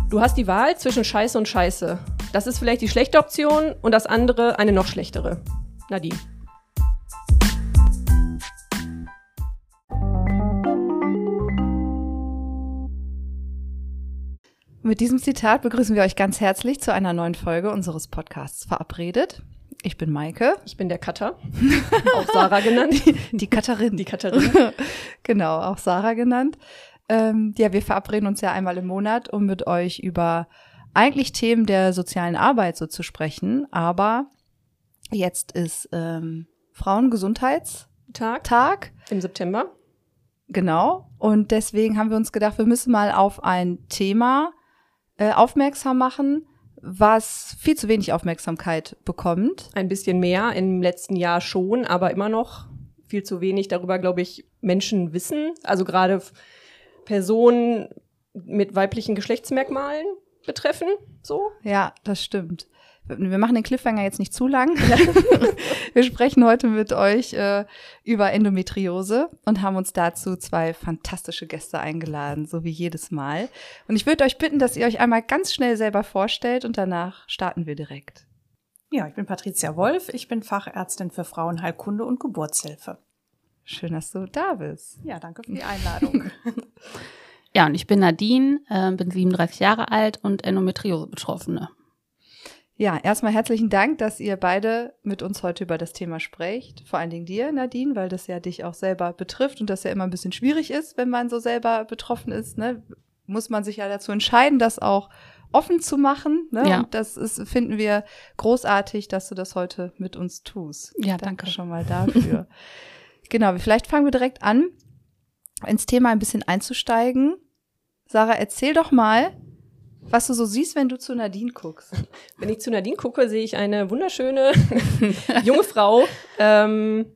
Du hast die Wahl zwischen Scheiße und Scheiße. Das ist vielleicht die schlechte Option und das andere eine noch schlechtere. Nadine. Mit diesem Zitat begrüßen wir euch ganz herzlich zu einer neuen Folge unseres Podcasts Verabredet. Ich bin Maike. Ich bin der Cutter, auch Sarah genannt. Die Cutterin. Die Cutterin. Genau, auch Sarah genannt. Wir verabreden uns ja einmal im Monat, um mit euch über eigentlich Themen der sozialen Arbeit so zu sprechen. Jetzt ist Frauengesundheitstag im September. Genau. Und deswegen haben wir uns gedacht, wir müssen mal auf ein Thema aufmerksam machen, was viel zu wenig Aufmerksamkeit bekommt. Ein bisschen mehr im letzten Jahr schon, aber immer noch viel zu wenig darüber, glaube ich, Menschen wissen. Also gerade Personen mit weiblichen Geschlechtsmerkmalen betreffen, so. Ja, das stimmt. Wir machen den Cliffhanger jetzt nicht zu lang. Wir sprechen heute mit euch über Endometriose und haben uns dazu 2 fantastische Gäste eingeladen, so wie jedes Mal. Und ich würde euch bitten, dass ihr euch einmal ganz schnell selber vorstellt und danach starten wir direkt. Ja, ich bin Patricia Wolf. Ich bin Fachärztin für Frauenheilkunde und Geburtshilfe. Schön, dass du da bist. Ja, danke für die Einladung. Ja, und ich bin Nadine, bin 37 Jahre alt und Endometriose-Betroffene. Ja, erstmal herzlichen Dank, dass ihr beide mit uns heute über das Thema sprecht. Vor allen Dingen dir, Nadine, weil das ja dich auch selber betrifft und das ja immer ein bisschen schwierig ist, wenn man so selber betroffen ist. Ne? Muss man sich ja dazu entscheiden, das auch offen zu machen. Ne? Ja. Und finden wir großartig, dass du das heute mit uns tust. Ja, Danke schon mal dafür. Genau, vielleicht fangen wir direkt an, ins Thema ein bisschen einzusteigen. Sarah, erzähl doch mal, was du so siehst, wenn du zu Nadine guckst. Wenn ich zu Nadine gucke, sehe ich eine wunderschöne junge Frau in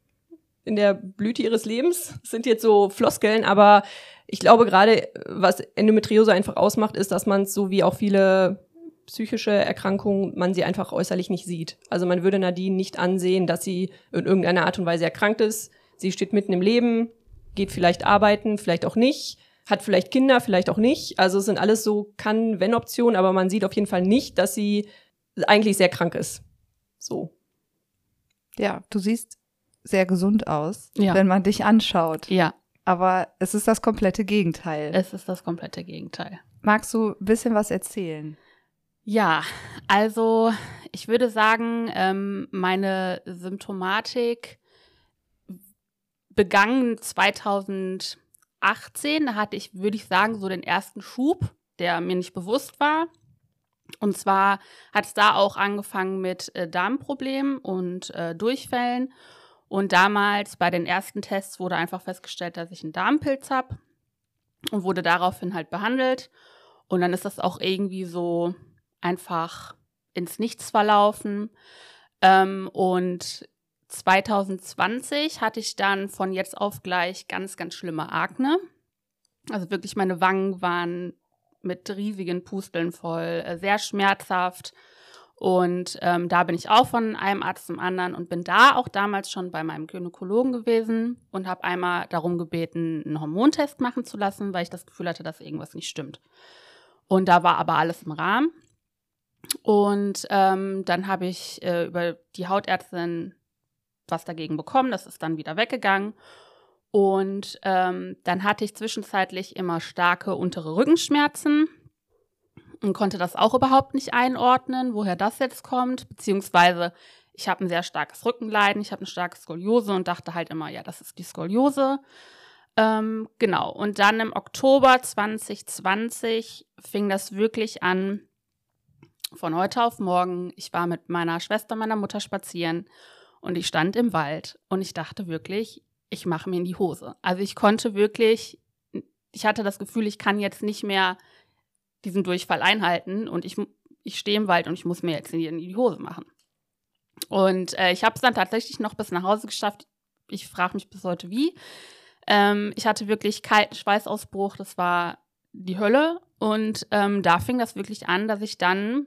der Blüte ihres Lebens. Das sind jetzt so Floskeln, aber ich glaube gerade, was Endometriose einfach ausmacht, ist, dass man es so wie auch viele psychische Erkrankungen, man sie einfach äußerlich nicht sieht. Also man würde Nadine nicht ansehen, dass sie in irgendeiner Art und Weise erkrankt ist. Sie steht mitten im Leben, geht vielleicht arbeiten, vielleicht auch nicht. Hat vielleicht Kinder, vielleicht auch nicht. Also es sind alles so Kann-Wenn-Optionen, aber man sieht auf jeden Fall nicht, dass sie eigentlich sehr krank ist. So. Ja, du siehst sehr gesund aus, Ja. wenn man dich anschaut. Ja, Aber es ist das komplette Gegenteil. es ist das komplette Gegenteil. Magst du ein bisschen was erzählen? Ja, also ich würde sagen, meine Symptomatik begann 2018. Da hatte ich, würde ich sagen, so den ersten Schub, der mir nicht bewusst war. Und zwar hat es da auch angefangen mit Darmproblemen und Durchfällen. Und damals bei den ersten Tests wurde einfach festgestellt, dass ich einen Darmpilz habe und wurde daraufhin halt behandelt. Und dann ist das auch irgendwie so einfach ins Nichts verlaufen. Und 2020 hatte ich dann von jetzt auf gleich ganz, ganz schlimme Akne. Also wirklich meine Wangen waren mit riesigen Pusteln voll, sehr schmerzhaft. Und da bin ich auch von einem Arzt zum anderen und bin da auch damals schon bei meinem Gynäkologen gewesen und habe einmal darum gebeten, einen Hormontest machen zu lassen, weil ich das Gefühl hatte, dass irgendwas nicht stimmt. Und da war aber alles im Rahmen. Und dann habe ich über die Hautärztin was dagegen bekommen, das ist dann wieder weggegangen. Und dann hatte ich zwischenzeitlich immer starke untere Rückenschmerzen und konnte das auch überhaupt nicht einordnen, woher das jetzt kommt, beziehungsweise ich habe ein sehr starkes Rückenleiden, ich habe eine starke Skoliose und dachte halt immer, ja, das ist die Skoliose. Genau, und dann im Oktober 2020 fing das wirklich an, von heute auf morgen. Ich war mit meiner Schwester, meiner Mutter spazieren und ich stand im Wald und ich dachte wirklich, ich mache mir in die Hose. Also ich konnte wirklich, ich hatte das Gefühl, ich kann jetzt nicht mehr diesen Durchfall einhalten und ich stehe im Wald und ich muss mir jetzt in die Hose machen. Und ich habe es dann tatsächlich noch bis nach Hause geschafft. Ich frage mich bis heute wie. Ich hatte wirklich kalten Schweißausbruch, das war die Hölle. Und da fing das wirklich an, dass ich dann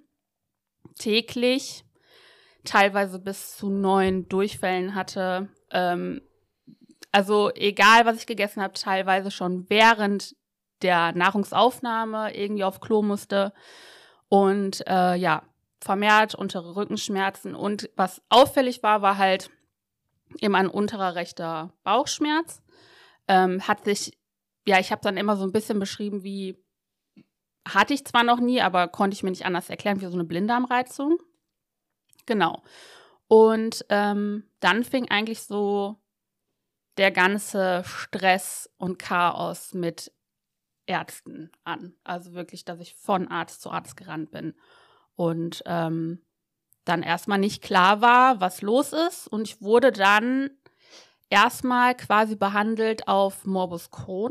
täglich teilweise bis zu 9 Durchfällen hatte. Also egal, was ich gegessen habe, teilweise schon während der Nahrungsaufnahme irgendwie auf Klo musste und vermehrt untere Rückenschmerzen. Und was auffällig war halt eben ein unterer rechter Bauchschmerz. Ich habe dann immer so ein bisschen beschrieben, wie hatte ich zwar noch nie, aber konnte ich mir nicht anders erklären, wie so eine Blinddarmreizung. Genau. Und dann fing eigentlich so der ganze Stress und Chaos mit Ärzten an. Also wirklich, dass ich von Arzt zu Arzt gerannt bin. Und dann erstmal nicht klar war, was los ist. Und ich wurde dann erstmal quasi behandelt auf Morbus Crohn.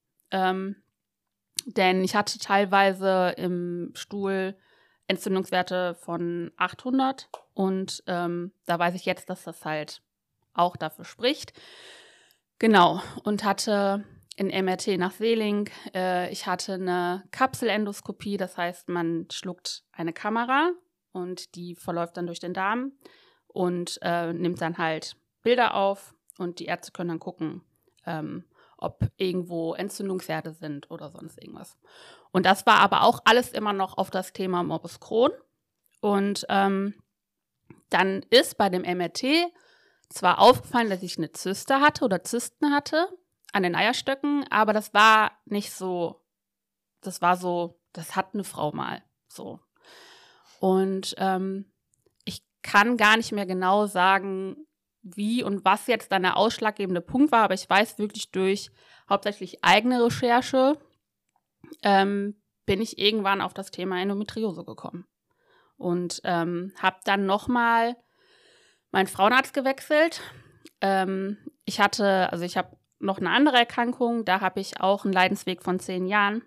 Denn ich hatte teilweise im Stuhl Entzündungswerte von 800. Und da weiß ich jetzt, dass das halt auch dafür spricht. Genau. Und hatte ein MRT nach Seeling. Ich hatte eine Kapselendoskopie, das heißt, man schluckt eine Kamera und die verläuft dann durch den Darm und nimmt dann halt Bilder auf und die Ärzte können dann gucken, ob irgendwo Entzündungsherde sind oder sonst irgendwas. Und das war aber auch alles immer noch auf das Thema Morbus Crohn. Und dann ist bei dem MRT zwar aufgefallen, dass ich eine Zyste hatte oder Zysten hatte an den Eierstöcken, aber das war nicht so, das war so, das hat eine Frau mal so. Und ich kann gar nicht mehr genau sagen, wie und was jetzt dann der ausschlaggebende Punkt war, aber ich weiß wirklich durch hauptsächlich eigene Recherche bin ich irgendwann auf das Thema Endometriose gekommen. Und habe dann nochmal meinen Frauenarzt gewechselt. Ich habe noch eine andere Erkrankung, da habe ich auch einen Leidensweg von 10 Jahren.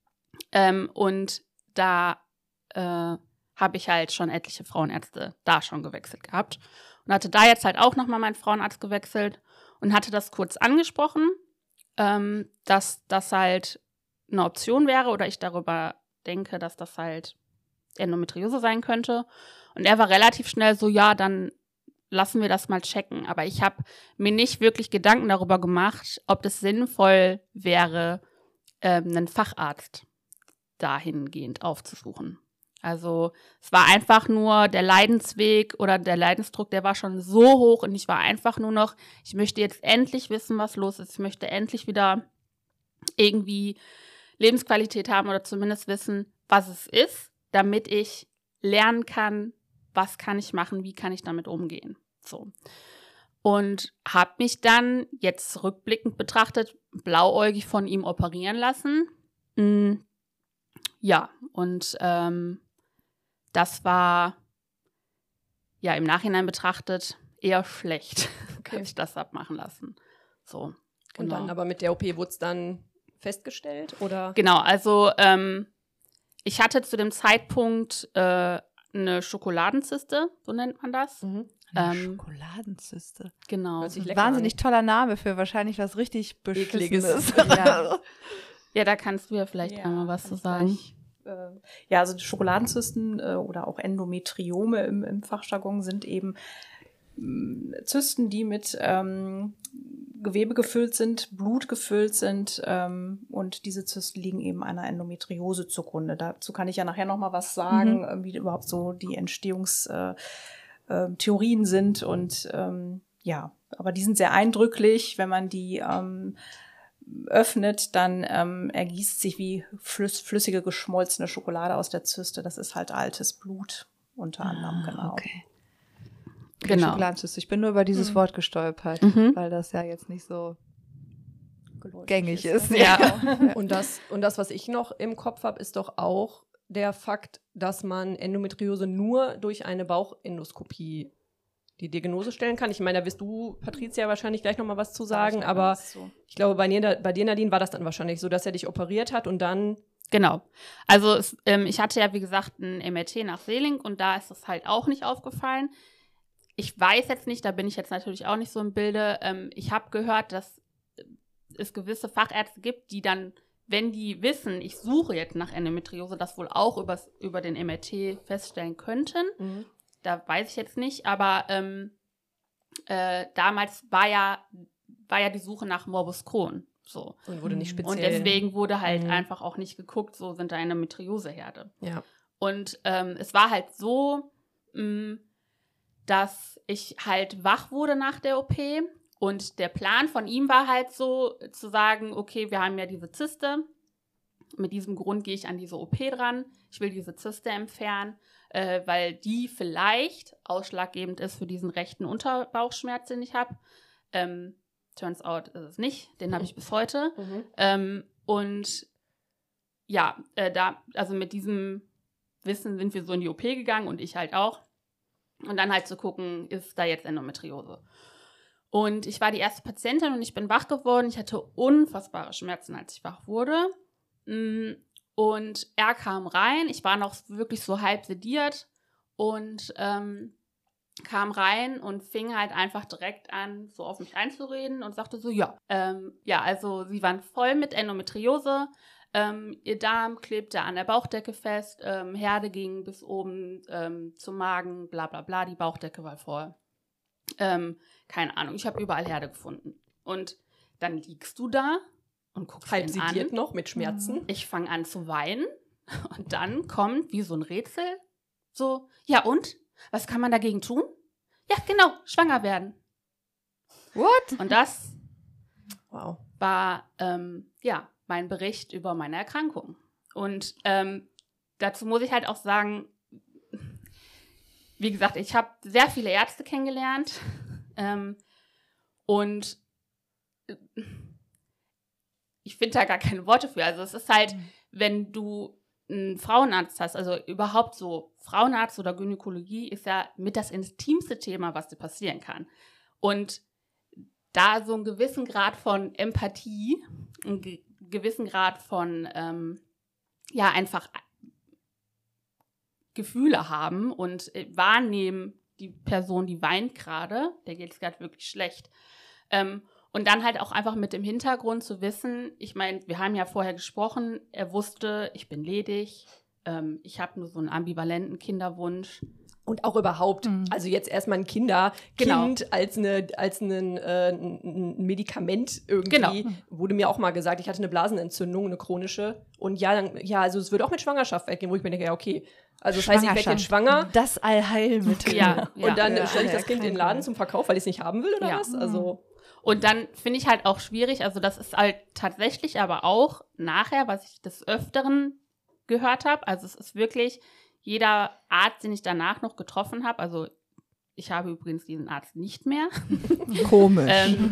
Und da habe ich halt schon etliche Frauenärzte da schon gewechselt gehabt. Und hatte da jetzt halt auch nochmal meinen Frauenarzt gewechselt und hatte das kurz angesprochen, dass das halt eine Option wäre oder ich darüber denke, dass das halt Endometriose sein könnte. Und er war relativ schnell so, ja, dann lassen wir das mal checken. Aber ich habe mir nicht wirklich Gedanken darüber gemacht, ob das sinnvoll wäre, einen Facharzt dahingehend aufzusuchen. Also es war einfach nur der Leidensweg oder der Leidensdruck, der war schon so hoch und ich war einfach nur noch, ich möchte jetzt endlich wissen, was los ist. Ich möchte endlich wieder irgendwie Lebensqualität haben oder zumindest wissen, was es ist, damit ich lernen kann, was kann ich machen, wie kann ich damit umgehen. So. Und habe mich dann jetzt rückblickend betrachtet blauäugig von ihm operieren lassen. Ja, und das war ja im Nachhinein betrachtet eher schlecht, dass ich das abmachen lassen. So, genau. Und dann aber mit der OP wurde es dann festgestellt, oder? Genau, also ich hatte zu dem Zeitpunkt eine Schokoladenzyste, so nennt man das. Eine Schokoladenzyste. Genau. Wahnsinnig toller Name für wahrscheinlich was richtig Beschissenes. Ja, da kannst du ja vielleicht einmal was zu sagen. Also die Schokoladenzysten oder auch Endometriome im Fachjargon sind eben Zysten, die mit Gewebe gefüllt sind, Blut gefüllt sind und diese Zysten liegen eben einer Endometriose zugrunde. Dazu kann ich ja nachher noch mal was sagen, wie überhaupt so die Entstehungstheorien sind und aber die sind sehr eindrücklich. Wenn man die öffnet, dann ergießt sich wie flüssige, geschmolzene Schokolade aus der Zyste. Das ist halt altes Blut unter anderem, genau. Okay. Genau. Schokoladenzyste. Ich bin nur über dieses Wort gestolpert, weil das ja jetzt nicht so gängig ist. Ja. Und das, was ich noch im Kopf habe, ist doch auch der Fakt, dass man Endometriose nur durch eine Bauchendoskopie die Diagnose stellen kann. Ich meine, da wirst du, Patricia, wahrscheinlich gleich noch mal was zu sagen, aber ich glaube, bei dir, Nadine, war das dann wahrscheinlich so, dass er dich operiert hat und dann... Genau. Also ich hatte ja, wie gesagt, ein MRT nach Seeling und da ist es halt auch nicht aufgefallen. Ich weiß jetzt nicht, da bin ich jetzt natürlich auch nicht so im Bilde. Ich habe gehört, dass es gewisse Fachärzte gibt, die dann, wenn die wissen, ich suche jetzt nach Endometriose, das wohl auch über den MRT feststellen könnten. Da weiß ich jetzt nicht, aber damals war ja die Suche nach Morbus Crohn. So. Und wurde nicht speziell. Und deswegen wurde halt einfach auch nicht geguckt, so sind da Endometrioseherde. Ja. Und es war halt so, dass ich halt wach wurde nach der OP. Und der Plan von ihm war halt so, zu sagen, okay, wir haben ja diese Zyste. Mit diesem Grund gehe ich an diese OP dran. Ich will diese Zyste entfernen, weil die vielleicht ausschlaggebend ist für diesen rechten Unterbauchschmerz, den ich habe. Turns out ist es nicht. Den habe ich bis heute. Und ja, also mit diesem Wissen sind wir so in die OP gegangen und ich halt auch. Und dann halt zu gucken, ist da jetzt Endometriose? Und ich war die erste Patientin und ich bin wach geworden. Ich hatte unfassbare Schmerzen, als ich wach wurde. Und er kam rein. Ich war noch wirklich so halb sediert und kam rein und fing halt einfach direkt an, so auf mich einzureden und sagte so, ja, also sie waren voll mit Endometriose. Ihr Darm klebte an der Bauchdecke fest, Herde ging bis oben zum Magen, bla bla bla, die Bauchdecke war voll. Keine Ahnung, ich habe überall Herde gefunden. Und dann liegst du da und guckst halb ihn an. sediert noch mit Schmerzen. Ich fange an zu weinen und dann kommt wie so ein Rätsel so, ja und? Was kann man dagegen tun? Ja, genau, schwanger werden. What? Und das Wow. war, mein Bericht über meine Erkrankung. Und dazu muss ich halt auch sagen, wie gesagt, ich habe sehr viele Ärzte kennengelernt und ich finde da gar keine Worte für. Also es ist halt, wenn du einen Frauenarzt hast, also überhaupt so Frauenarzt oder Gynäkologie ist ja mit das intimste Thema, was dir passieren kann. Und da so einen gewissen Grad von Empathie, einen gewissen Grad von, einfach Gefühle haben und wahrnehmen, die Person, die weint gerade, der geht es gerade wirklich schlecht. Und dann halt auch einfach mit dem Hintergrund zu wissen, ich meine, wir haben ja vorher gesprochen, er wusste, ich bin ledig, ich habe nur so einen ambivalenten Kinderwunsch. Und auch überhaupt, also jetzt erstmal ein Kind als ein Medikament irgendwie, wurde mir auch mal gesagt, ich hatte eine Blasenentzündung, eine chronische. Und also es würde auch mit Schwangerschaft weggehen, wo ich mir denke, ja, okay. Also das heißt, ich werde jetzt schwanger. Das Allheilmittel. Ja. Und dann stelle ich das Kind in den Laden zum Verkauf, weil ich es nicht haben will oder was? Also. Und dann finde ich halt auch schwierig, also das ist halt tatsächlich aber auch nachher, was ich des Öfteren gehört habe, also es ist wirklich jeder Arzt, den ich danach noch getroffen habe, also ich habe übrigens diesen Arzt nicht mehr. Komisch.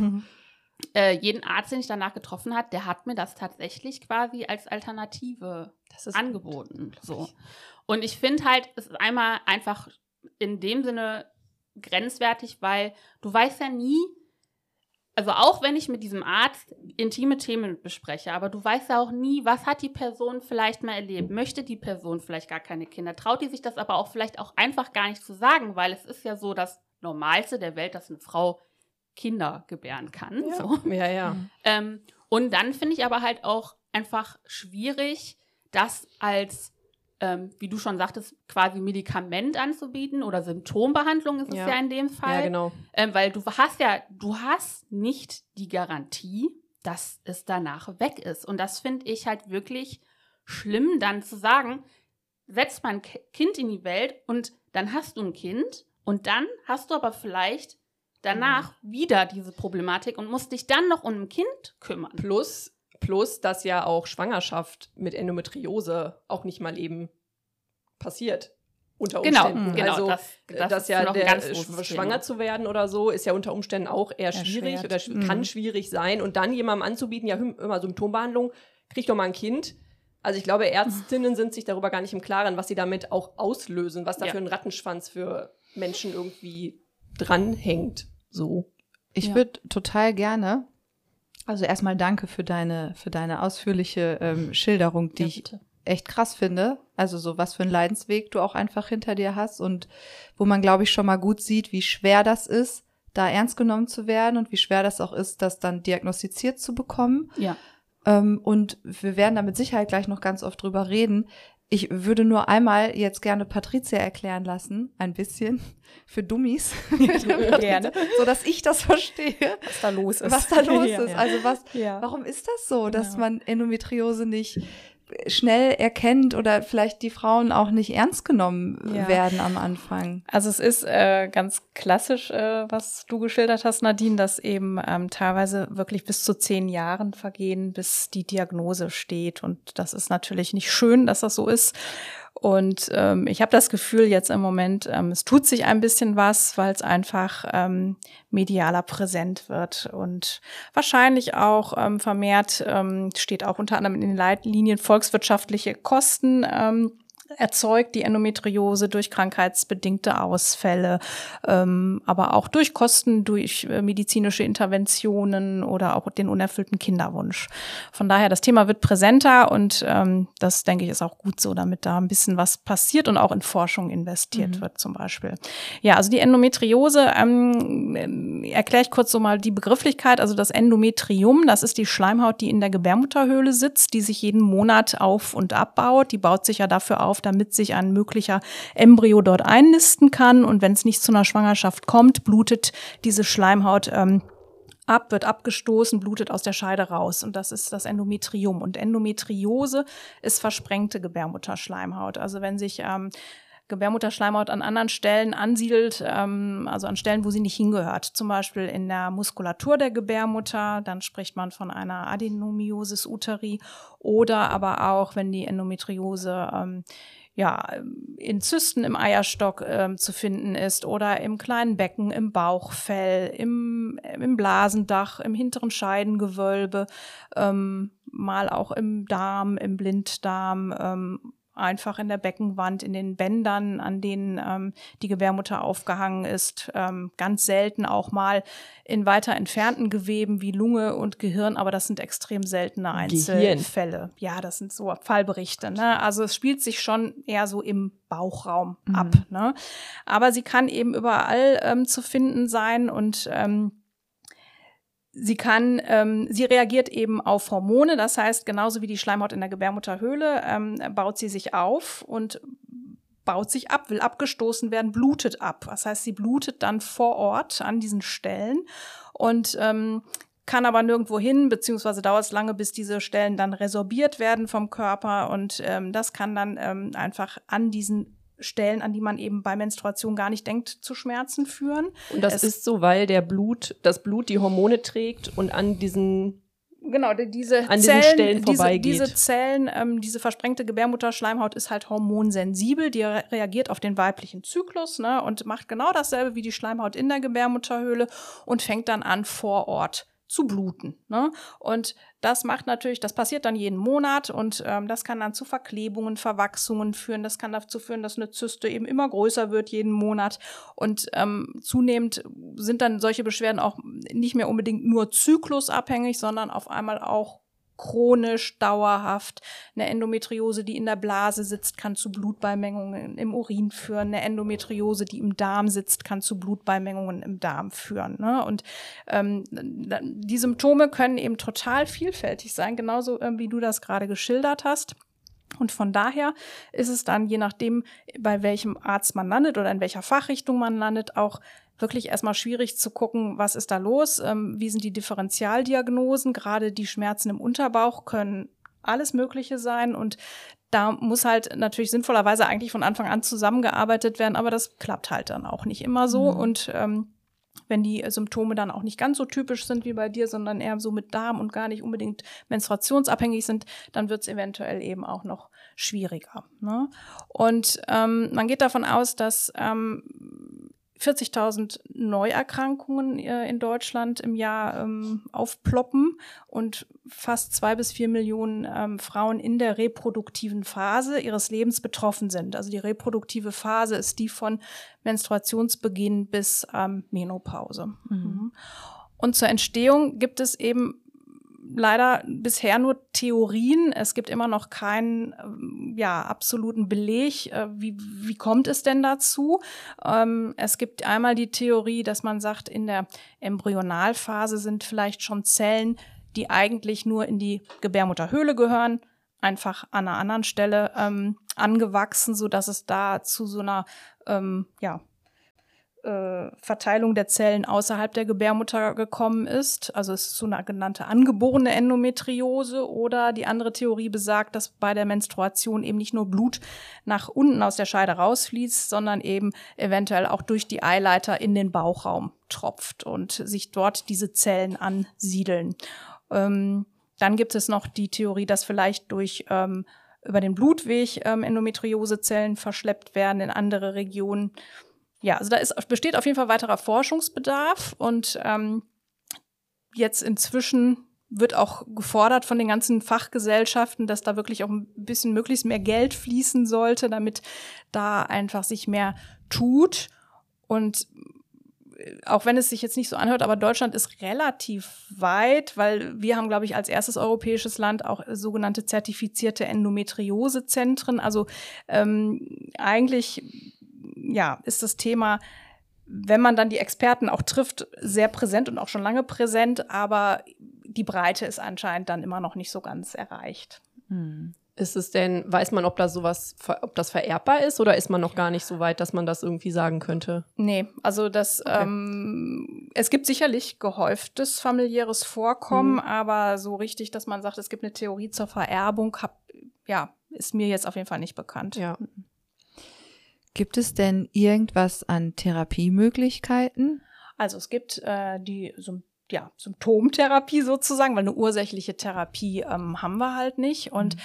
Jeden Arzt, den ich danach getroffen habe, der hat mir das tatsächlich quasi als Alternative angeboten. So. Und ich finde halt, es ist einmal einfach in dem Sinne grenzwertig, weil du weißt ja nie, also auch wenn ich mit diesem Arzt intime Themen bespreche, aber du weißt ja auch nie, was hat die Person vielleicht mal erlebt? Möchte die Person vielleicht gar keine Kinder? Traut die sich das aber auch vielleicht auch einfach gar nicht zu sagen, weil es ist ja so das Normalste der Welt, dass eine Frau Kinder gebären kann. Ja. So. Ja. Und dann finde ich aber halt auch einfach schwierig, das als, wie du schon sagtest, quasi Medikament anzubieten oder Symptombehandlung ist es ja in dem Fall. Ja, genau. Weil du hast nicht die Garantie, dass es danach weg ist. Und das finde ich halt wirklich schlimm, dann zu sagen, setz mal ein Kind in die Welt und dann hast du ein Kind und dann hast du aber vielleicht danach wieder diese Problematik und musst dich dann noch um ein Kind kümmern. Plus, dass ja auch Schwangerschaft mit Endometriose auch nicht mal eben passiert. Unter Umständen. Genau. Also, das ja ist noch ein ganz großes schwanger Thema. zu werden oder so, ist ja unter Umständen auch eher schwierig oder kann schwierig sein. Und dann jemandem anzubieten, ja, immer Symptombehandlung, krieg doch mal ein Kind. Also ich glaube, Ärztinnen sind sich darüber gar nicht im Klaren, was sie damit auch auslösen, was da für ein Rattenschwanz für Menschen irgendwie dranhängt. So. Ich würde total gerne, also erstmal danke für deine ausführliche Schilderung, die ich echt krass finde. Also so was für einen Leidensweg du auch einfach hinter dir hast und wo man, glaube ich, schon mal gut sieht, wie schwer das ist, da ernst genommen zu werden und wie schwer das auch ist, das dann diagnostiziert zu bekommen. Ja. Und wir werden da mit Sicherheit gleich noch ganz oft drüber reden. Ich würde nur einmal jetzt gerne Patricia erklären lassen, ein bisschen, für Dummies. Gerne. So, dass ich das verstehe. Was da los ist. Was da los Ja, ist. ja. Also warum ist das so, dass man Endometriose nicht schnell erkennt oder vielleicht die Frauen auch nicht ernst genommen werden am Anfang? Also es ist ganz klassisch, was du geschildert hast, Nadine, dass eben teilweise wirklich bis zu 10 Jahren vergehen, bis die Diagnose steht. Und das ist natürlich nicht schön, dass das so ist. Und ich habe das Gefühl jetzt im Moment, es tut sich ein bisschen was, weil es einfach medialer präsent wird und wahrscheinlich auch vermehrt, steht auch unter anderem in den Leitlinien, volkswirtschaftliche Kosten erzeugt die Endometriose durch krankheitsbedingte Ausfälle, aber auch durch Kosten, durch medizinische Interventionen oder auch den unerfüllten Kinderwunsch. Von daher, das Thema wird präsenter und das, denke ich, ist auch gut so, damit da ein bisschen was passiert und auch in Forschung investiert wird zum Beispiel. Ja, also die Endometriose, erkläre ich kurz so mal die Begrifflichkeit. Also das Endometrium, das ist die Schleimhaut, die in der Gebärmutterhöhle sitzt, die sich jeden Monat auf- und abbaut. Die baut sich ja dafür auf, damit sich ein möglicher Embryo dort einnisten kann. Und wenn es nicht zu einer Schwangerschaft kommt, blutet diese Schleimhaut ab, wird abgestoßen, blutet aus der Scheide raus. Und das ist das Endometrium. Und Endometriose ist versprengte Gebärmutterschleimhaut. Also wenn sich Gebärmutterschleimhaut an anderen Stellen ansiedelt, also an Stellen, wo sie nicht hingehört, zum Beispiel in der Muskulatur der Gebärmutter, dann spricht man von einer Adenomyosis uteri, oder aber auch, wenn die Endometriose in Zysten im Eierstock zu finden ist oder im kleinen Becken, im Bauchfell, im Blasendach, im hinteren Scheidengewölbe, mal auch im Darm, im Blinddarm, einfach in der Beckenwand, in den Bändern, an denen die Gebärmutter aufgehangen ist. Ganz selten auch mal in weiter entfernten Geweben wie Lunge und Gehirn, aber das sind extrem seltene Einzelfälle. Ja, das sind so Fallberichte. Ne? Also es spielt sich schon eher so im Bauchraum ab. Ne? Aber sie kann eben überall zu finden sein und sie reagiert eben auf Hormone, das heißt, genauso wie die Schleimhaut in der Gebärmutterhöhle baut sie sich auf und baut sich ab, will abgestoßen werden, blutet ab. Das heißt, sie blutet dann vor Ort an diesen Stellen und kann aber nirgendwo hin, beziehungsweise dauert es lange, bis diese Stellen dann resorbiert werden vom Körper und das kann dann einfach an diesen Stellen, an die man eben bei Menstruation gar nicht denkt, zu Schmerzen führen. Und das ist so, weil das Blut die Hormone trägt und an diesen diesen Stellen vorbeigeht. Diese Zellen, diese versprengte Gebärmutterschleimhaut ist halt hormonsensibel, die reagiert auf den weiblichen Zyklus, ne, und macht genau dasselbe wie die Schleimhaut in der Gebärmutterhöhle und fängt dann an, vor Ort zu bluten. Ne? Und das passiert dann jeden Monat und das kann dann zu Verklebungen, Verwachsungen führen. Das kann dazu führen, dass eine Zyste eben immer größer wird jeden Monat. Und zunehmend sind dann solche Beschwerden auch nicht mehr unbedingt nur zyklusabhängig, sondern auf einmal auch chronisch, dauerhaft. Eine Endometriose, die in der Blase sitzt, kann zu Blutbeimengungen im Urin führen. Eine Endometriose, die im Darm sitzt, kann zu Blutbeimengungen im Darm führen. Ne? Und die Symptome können eben total vielfältig sein, genauso wie du das gerade geschildert hast. Und von daher ist es dann, je nachdem, bei welchem Arzt man landet oder in welcher Fachrichtung man landet, auch wirklich erstmal schwierig zu gucken, was ist da los, wie sind die Differentialdiagnosen, gerade die Schmerzen im Unterbauch können alles Mögliche sein und da muss halt natürlich sinnvollerweise eigentlich von Anfang an zusammengearbeitet werden, aber das klappt halt dann auch nicht immer so und wenn die Symptome dann auch nicht ganz so typisch sind wie bei dir, sondern eher so mit Darm und gar nicht unbedingt menstruationsabhängig sind, dann wird es eventuell eben auch noch schwieriger. Ne? Und man geht davon aus, dass 40.000 Neuerkrankungen in Deutschland im Jahr aufploppen und fast 2 bis 4 Millionen Frauen in der reproduktiven Phase ihres Lebens betroffen sind. Also die reproduktive Phase ist die von Menstruationsbeginn bis Menopause. Und zur Entstehung gibt es eben leider bisher nur Theorien. Es gibt immer noch keinen absoluten Beleg. Wie kommt es denn dazu? Es gibt einmal die Theorie, dass man sagt, in der Embryonalphase sind vielleicht schon Zellen, die eigentlich nur in die Gebärmutterhöhle gehören, einfach an einer anderen Stelle angewachsen, sodass es da zu so einer Verteilung der Zellen außerhalb der Gebärmutter gekommen ist. Also es ist so eine genannte angeborene Endometriose, oder die andere Theorie besagt, dass bei der Menstruation eben nicht nur Blut nach unten aus der Scheide rausfließt, sondern eben eventuell auch durch die Eileiter in den Bauchraum tropft und sich dort diese Zellen ansiedeln. Dann gibt es noch die Theorie, dass vielleicht über den Blutweg Endometriosezellen verschleppt werden in andere Regionen. Ja, also besteht auf jeden Fall weiterer Forschungsbedarf, und jetzt inzwischen wird auch gefordert von den ganzen Fachgesellschaften, dass da wirklich auch ein bisschen möglichst mehr Geld fließen sollte, damit da einfach sich mehr tut. Und auch wenn es sich jetzt nicht so anhört, aber Deutschland ist relativ weit, weil wir haben, glaube ich, als erstes europäisches Land auch sogenannte zertifizierte Endometriosezentren. Also eigentlich ist das Thema, wenn man dann die Experten auch trifft, sehr präsent und auch schon lange präsent, aber die Breite ist anscheinend dann immer noch nicht so ganz erreicht. Ist es denn, weiß man, ob das vererbbar ist, oder ist man noch gar nicht so weit, dass man das irgendwie sagen könnte? Nee, also es gibt sicherlich gehäuftes familiäres Vorkommen, aber so richtig, dass man sagt, es gibt eine Theorie zur Vererbung, ist mir jetzt auf jeden Fall nicht bekannt. Ja. Gibt es denn irgendwas an Therapiemöglichkeiten? Also es gibt die Symptomtherapie sozusagen, weil eine ursächliche Therapie haben wir halt nicht. Und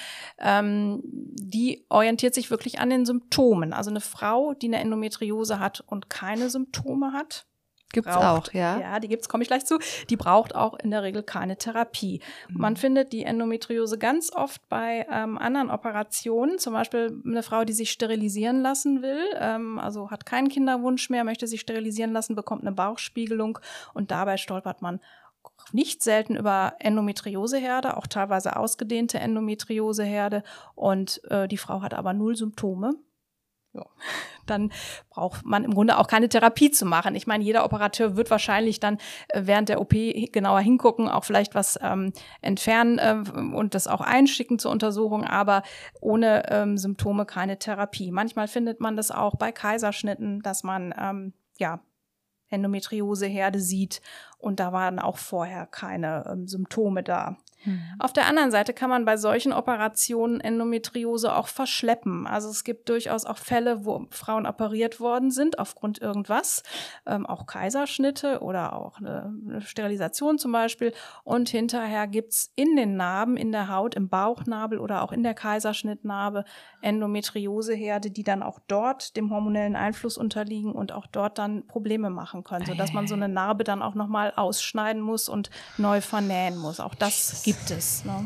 die orientiert sich wirklich an den Symptomen. Also eine Frau, die eine Endometriose hat und keine Symptome hat, Gibt's auch, ja? Ja, die gibt's, komme ich gleich zu. Die braucht auch in der Regel keine Therapie. Man findet die Endometriose ganz oft bei anderen Operationen, zum Beispiel eine Frau, die sich sterilisieren lassen will, also hat keinen Kinderwunsch mehr, möchte sich sterilisieren lassen, bekommt eine Bauchspiegelung, und dabei stolpert man nicht selten über Endometrioseherde, auch teilweise ausgedehnte Endometrioseherde, und die Frau hat aber 0 Symptome. Ja, dann braucht man im Grunde auch keine Therapie zu machen. Ich meine, jeder Operateur wird wahrscheinlich dann während der OP genauer hingucken, auch vielleicht was entfernen und das auch einschicken zur Untersuchung, aber ohne Symptome keine Therapie. Manchmal findet man das auch bei Kaiserschnitten, dass man Endometrioseherde sieht, und da waren auch vorher keine Symptome da. Auf der anderen Seite kann man bei solchen Operationen Endometriose auch verschleppen. Also es gibt durchaus auch Fälle, wo Frauen operiert worden sind aufgrund irgendwas, auch Kaiserschnitte oder auch eine Sterilisation zum Beispiel. Und hinterher gibt's in den Narben, in der Haut, im Bauchnabel oder auch in der Kaiserschnittnarbe Endometrioseherde, die dann auch dort dem hormonellen Einfluss unterliegen und auch dort dann Probleme machen können, sodass man so eine Narbe dann auch nochmal ausschneiden muss und neu vernähen muss. Auch das gibt es. Ne?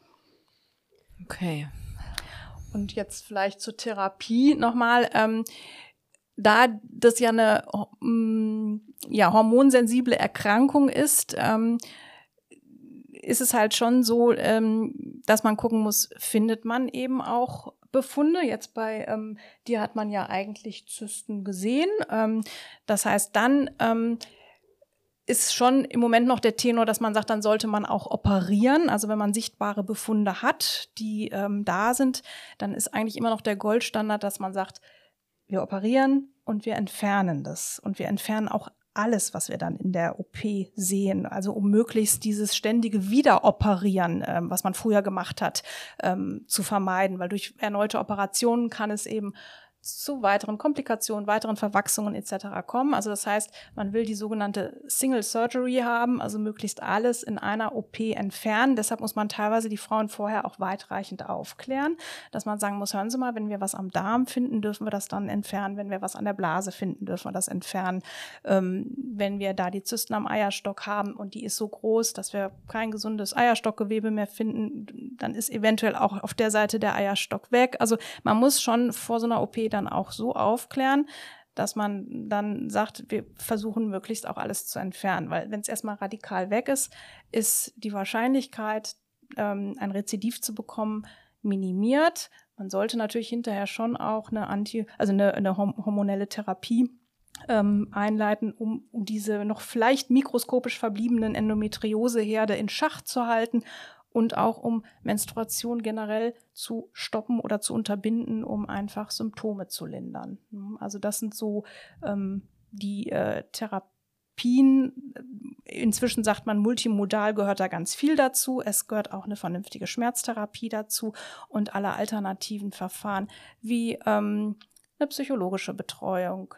Okay. Und jetzt vielleicht zur Therapie nochmal. Da das ja eine hormonsensible Erkrankung ist, ist es halt schon so, dass man gucken muss, findet man eben auch Befunde. Jetzt bei dir hat man ja eigentlich Zysten gesehen. Das heißt, dann ist schon im Moment noch der Tenor, dass man sagt, dann sollte man auch operieren. Also wenn man sichtbare Befunde hat, die da sind, dann ist eigentlich immer noch der Goldstandard, dass man sagt, wir operieren und wir entfernen das. Und wir entfernen auch alles, was wir dann in der OP sehen. Also um möglichst dieses ständige Wiederoperieren, was man früher gemacht hat, zu vermeiden. Weil durch erneute Operationen kann es eben zu weiteren Komplikationen, weiteren Verwachsungen etc. kommen. Also das heißt, man will die sogenannte Single Surgery haben, also möglichst alles in einer OP entfernen. Deshalb muss man teilweise die Frauen vorher auch weitreichend aufklären, dass man sagen muss, hören Sie mal, wenn wir was am Darm finden, dürfen wir das dann entfernen. Wenn wir was an der Blase finden, dürfen wir das entfernen. Wenn wir da die Zysten am Eierstock haben und die ist so groß, dass wir kein gesundes Eierstockgewebe mehr finden, dann ist eventuell auch auf der Seite der Eierstock weg. Also man muss schon vor so einer OP dann auch so aufklären, dass man dann sagt, wir versuchen möglichst auch alles zu entfernen, weil wenn es erstmal radikal weg ist, ist die Wahrscheinlichkeit, ein Rezidiv zu bekommen, minimiert. Man sollte natürlich hinterher schon auch eine hormonelle Therapie einleiten, um diese noch vielleicht mikroskopisch verbliebenen Endometrioseherde in Schach zu halten und auch um Menstruation generell zu stoppen oder zu unterbinden, um einfach Symptome zu lindern. Also das sind so die Therapien. Inzwischen sagt man, multimodal gehört da ganz viel dazu. Es gehört auch eine vernünftige Schmerztherapie dazu und alle alternativen Verfahren wie eine psychologische Betreuung,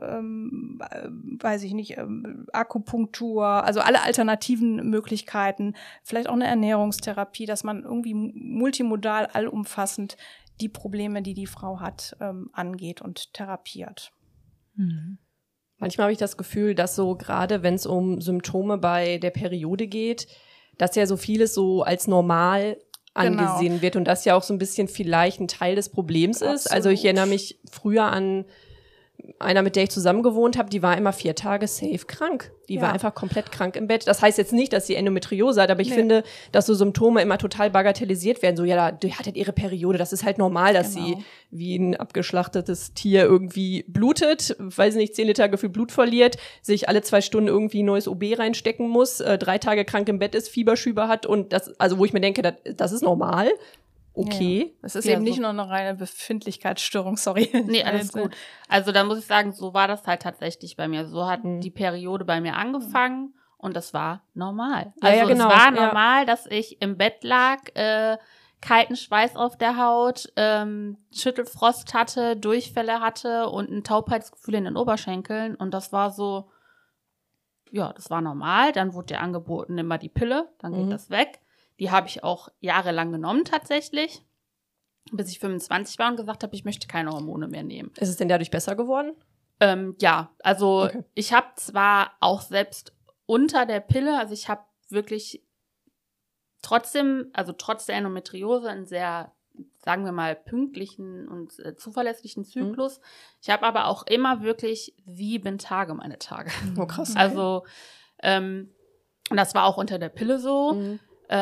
weiß ich nicht, Akupunktur, also alle alternativen Möglichkeiten, vielleicht auch eine Ernährungstherapie, dass man irgendwie multimodal, allumfassend die Probleme, die die Frau hat, angeht und therapiert. Mhm. Manchmal habe ich das Gefühl, dass so gerade, wenn es um Symptome bei der Periode geht, dass ja so vieles so als normal angesehen wird und das ja auch so ein bisschen vielleicht ein Teil des Problems ist. Also ich erinnere mich früher an einer, mit der ich zusammen gewohnt habe, die war immer 4 Tage safe krank. Die war einfach komplett krank im Bett. Das heißt jetzt nicht, dass sie Endometriose hat, aber ich finde, dass so Symptome immer total bagatellisiert werden. So, ja, die hat halt ihre Periode. Das ist halt normal, dass sie wie ein abgeschlachtetes Tier irgendwie blutet, weiß nicht, 10 Liter gefühlt Blut verliert, sich alle 2 Stunden irgendwie ein neues OB reinstecken muss, 3 Tage krank im Bett ist, Fieberschübe hat und das, also wo ich mir denke, das ist normal. Okay. Es ist eben nicht nur eine reine Befindlichkeitsstörung, sorry. Nee, alles gut. Also da muss ich sagen, so war das halt tatsächlich bei mir. So hat die Periode bei mir angefangen und das war normal. Also es war normal, dass ich im Bett lag, kalten Schweiß auf der Haut, Schüttelfrost hatte, Durchfälle hatte und ein Taubheitsgefühl in den Oberschenkeln und das war so, ja, das war normal. Dann wurde dir angeboten, nimm mal die Pille, dann geht das weg. Die habe ich auch jahrelang genommen tatsächlich, bis ich 25 war und gesagt habe, ich möchte keine Hormone mehr nehmen. Ist es denn dadurch besser geworden? Ja, also ich habe zwar auch selbst unter der Pille, also ich habe wirklich trotzdem, also trotz der Endometriose einen sehr, sagen wir mal, pünktlichen und zuverlässigen Zyklus. Ich habe aber auch immer wirklich 7 Tage meine Tage. Oh, krass. Also und das war auch unter der Pille so.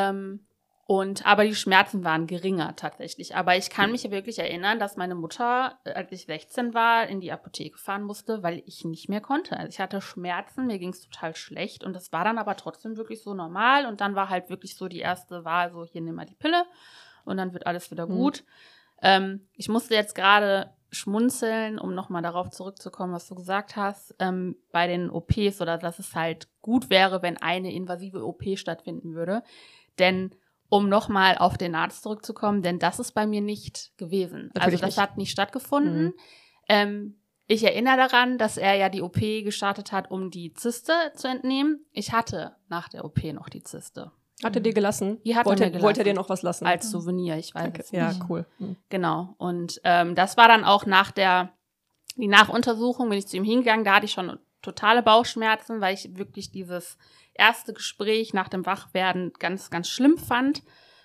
Aber die Schmerzen waren geringer tatsächlich. Aber ich kann mich wirklich erinnern, dass meine Mutter, als ich 16 war, in die Apotheke fahren musste, weil ich nicht mehr konnte. Also ich hatte Schmerzen, mir ging es total schlecht und das war dann aber trotzdem wirklich so normal und dann war halt wirklich so die erste Wahl, so hier nimm mal die Pille und dann wird alles wieder gut. Ich musste jetzt gerade schmunzeln, um nochmal darauf zurückzukommen, was du gesagt hast, bei den OPs oder dass es halt gut wäre, wenn eine invasive OP stattfinden würde. Denn um nochmal auf den Arzt zurückzukommen, denn das ist bei mir nicht gewesen. Natürlich also das hat nicht stattgefunden. Ich erinnere daran, dass er ja die OP gestartet hat, um die Zyste zu entnehmen. Ich hatte nach der OP noch die Zyste. Hat er dir gelassen? Die hat er mir gelassen. Wollte er dir noch was lassen? Als Souvenir, ich weiß es nicht. Ja, cool. Genau. Und das war dann auch die Nachuntersuchung, bin ich zu ihm hingegangen, da hatte ich schon totale Bauchschmerzen, weil ich wirklich dieses erste Gespräch nach dem Wachwerden ganz, ganz schlimm fand.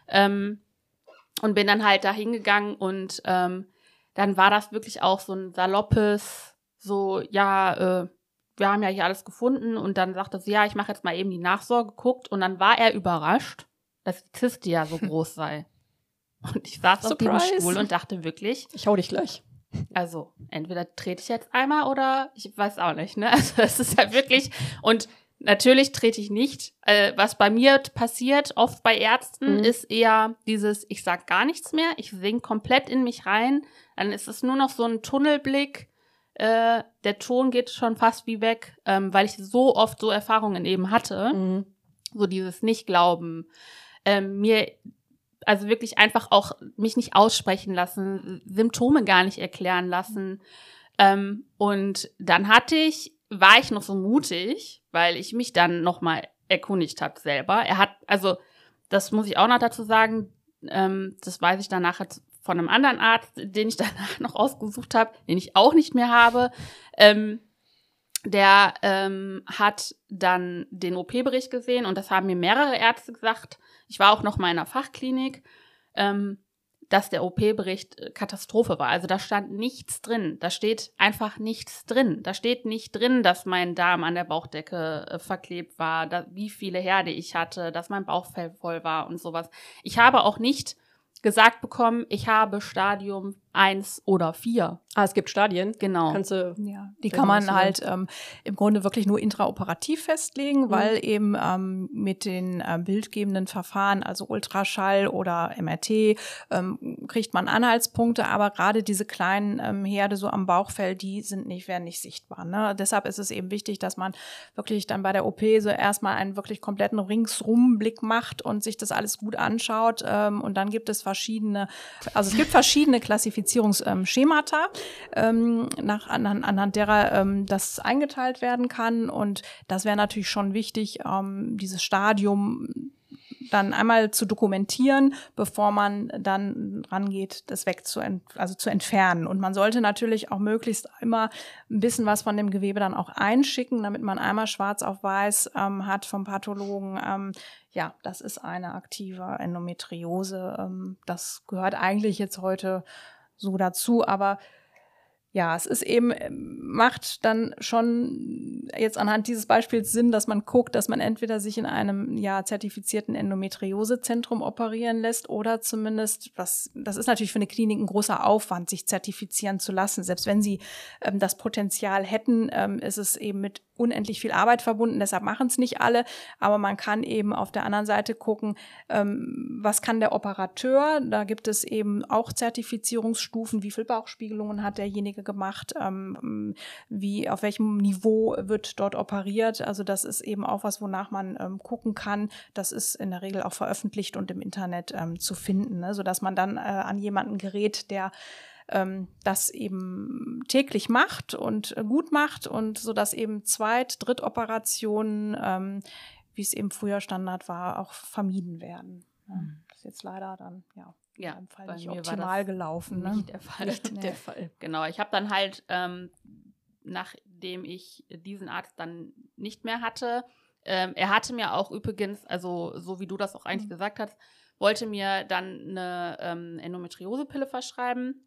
Und bin dann halt da hingegangen und dann war das wirklich auch so ein saloppes, so, wir haben ja hier alles gefunden und dann sagte sie, ja, ich mache jetzt mal eben die Nachsorge, geguckt und dann war er überrascht, dass die Zyste ja so groß sei. Und ich saß auf dem Stuhl und dachte wirklich, ich hau dich gleich. Also, entweder trete ich jetzt einmal oder ich weiß auch nicht, ne? Also, es ist halt wirklich, und natürlich trete ich nicht. Was bei mir passiert, oft bei Ärzten, ist eher dieses, ich sag gar nichts mehr, ich sink komplett in mich rein, dann ist es nur noch so ein Tunnelblick, der Ton geht schon fast wie weg, weil ich so oft so Erfahrungen eben hatte, so dieses Nicht-Glauben, also wirklich einfach auch mich nicht aussprechen lassen, Symptome gar nicht erklären lassen. Und dann war ich noch so mutig, weil ich mich dann nochmal erkundigt habe selber. Also das muss ich auch noch dazu sagen, das weiß ich dann nachher von einem anderen Arzt, den ich danach noch ausgesucht habe, den ich auch nicht mehr habe. Der hat dann den OP-Bericht gesehen und das haben mir mehrere Ärzte gesagt. Ich war auch noch mal in einer Fachklinik, dass der OP-Bericht Katastrophe war. Also da stand nichts drin. Da steht einfach nichts drin. Da steht nicht drin, dass mein Darm an der Bauchdecke verklebt war, wie viele Herde ich hatte, dass mein Bauchfell voll war und sowas. Ich habe auch nicht gesagt bekommen, ich habe Stadium 1 oder 4. Es gibt Stadien. Genau. Kannst du Ja, die kann man halt im Grunde wirklich nur intraoperativ festlegen, weil eben mit den bildgebenden Verfahren, also Ultraschall oder MRT, kriegt man Anhaltspunkte, aber gerade diese kleinen Herde so am Bauchfell, die werden nicht sichtbar. Ne? Deshalb ist es eben wichtig, dass man wirklich dann bei der OP so erstmal einen wirklich kompletten Ringsrumblick macht und sich das alles gut anschaut. Und dann gibt es verschiedene Klassifizierungsschemata, anhand derer das eingeteilt werden kann. Und das wäre natürlich schon wichtig, dieses Stadium dann einmal zu dokumentieren, bevor man dann rangeht, das zu entfernen. Und man sollte natürlich auch möglichst immer ein bisschen was von dem Gewebe dann auch einschicken, damit man einmal schwarz auf weiß hat vom Pathologen. Ja, das ist eine aktive Endometriose. Das gehört eigentlich jetzt heute so dazu, aber ja, es ist eben, macht dann schon jetzt anhand dieses Beispiels Sinn, dass man guckt, dass man entweder sich in einem zertifizierten Endometriosezentrum operieren lässt oder zumindest, das ist natürlich für eine Klinik ein großer Aufwand, sich zertifizieren zu lassen. Selbst wenn sie das Potenzial hätten, ist es eben mit unendlich viel Arbeit verbunden, deshalb machen es nicht alle, aber man kann eben auf der anderen Seite gucken, was kann der Operateur, da gibt es eben auch Zertifizierungsstufen, wie viel Bauchspiegelungen hat derjenige gemacht, auf welchem Niveau wird dort operiert, also das ist eben auch was, wonach man gucken kann, das ist in der Regel auch veröffentlicht und im Internet zu finden, ne? Sodass man dann an jemanden gerät, der das eben täglich macht und gut macht und so dass eben Drittoperationen, wie es eben früher Standard war, auch vermieden werden. Das ist jetzt leider dann im Fall nicht optimal gelaufen. Nicht der Fall. Nicht der Fall. Genau, ich habe dann halt, nachdem ich diesen Arzt dann nicht mehr hatte, er hatte mir auch übrigens, also so wie du das auch eigentlich gesagt hast, wollte mir dann eine Endometriosepille verschreiben.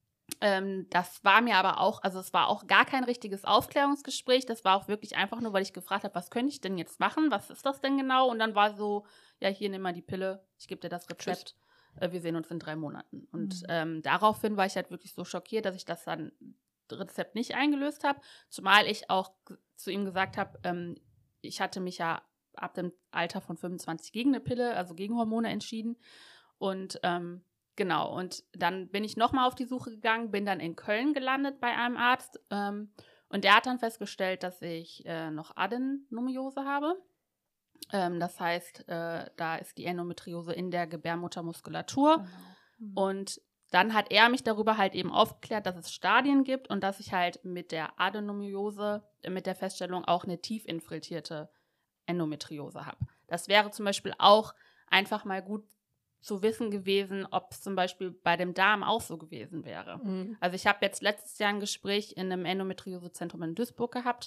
Das war mir aber auch, also es war auch gar kein richtiges Aufklärungsgespräch, das war auch wirklich einfach nur, weil ich gefragt habe, was könnte ich denn jetzt machen, was ist das denn genau? Und dann war so, ja, hier, nimm mal die Pille, ich gebe dir das Rezept, wir sehen uns in 3 Monaten. Und daraufhin war ich halt wirklich so schockiert, dass ich das dann Rezept nicht eingelöst habe, zumal ich auch zu ihm gesagt habe, ich hatte mich ja ab dem Alter von 25 gegen eine Pille, also gegen Hormone entschieden und genau, und dann bin ich nochmal auf die Suche gegangen, bin dann in Köln gelandet bei einem Arzt und der hat dann festgestellt, dass ich noch Adenomiose habe. Das heißt, da ist die Endometriose in der Gebärmuttermuskulatur. Genau. Und dann hat er mich darüber halt eben aufgeklärt, dass es Stadien gibt und dass ich halt mit der Adenomiose, mit der Feststellung auch eine tief infiltrierte Endometriose habe. Das wäre zum Beispiel auch einfach mal gut zu wissen gewesen, ob es zum Beispiel bei dem Darm auch so gewesen wäre. Also ich habe jetzt letztes Jahr ein Gespräch in einem Endometriosezentrum in Duisburg gehabt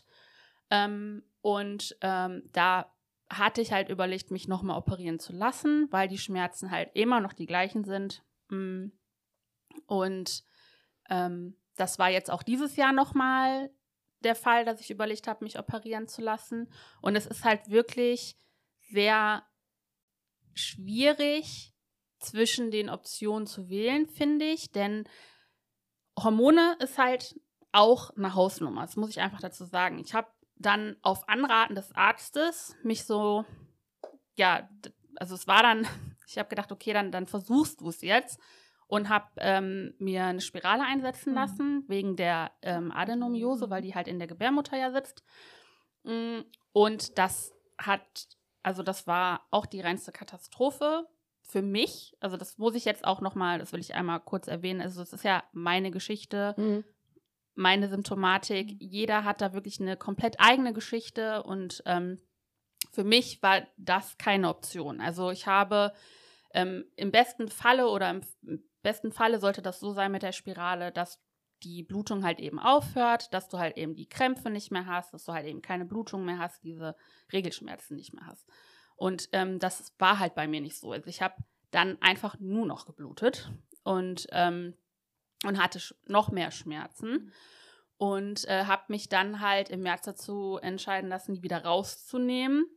und da hatte ich halt überlegt, mich nochmal operieren zu lassen, weil die Schmerzen halt immer noch die gleichen sind. Und das war jetzt auch dieses Jahr nochmal der Fall, dass ich überlegt habe, mich operieren zu lassen. Und es ist halt wirklich sehr schwierig, zwischen den Optionen zu wählen, finde ich, denn Hormone ist halt auch eine Hausnummer, das muss ich einfach dazu sagen. Ich habe dann auf Anraten des Arztes mich so, also es war dann, ich habe gedacht, okay, dann versuchst du es jetzt und habe mir eine Spirale einsetzen lassen, wegen der Adenomiose, weil die halt in der Gebärmutter ja sitzt. Und das war auch die reinste Katastrophe für mich, also das muss ich jetzt auch nochmal, das will ich einmal kurz erwähnen, also es ist ja meine Geschichte, meine Symptomatik, jeder hat da wirklich eine komplett eigene Geschichte und für mich war das keine Option. Also ich habe im besten Falle sollte das so sein mit der Spirale, dass die Blutung halt eben aufhört, dass du halt eben die Krämpfe nicht mehr hast, dass du halt eben keine Blutung mehr hast, diese Regelschmerzen nicht mehr hast. Und das war halt bei mir nicht so. Also ich habe dann einfach nur noch geblutet und hatte noch mehr Schmerzen und habe mich dann halt im März dazu entscheiden lassen, die wieder rauszunehmen.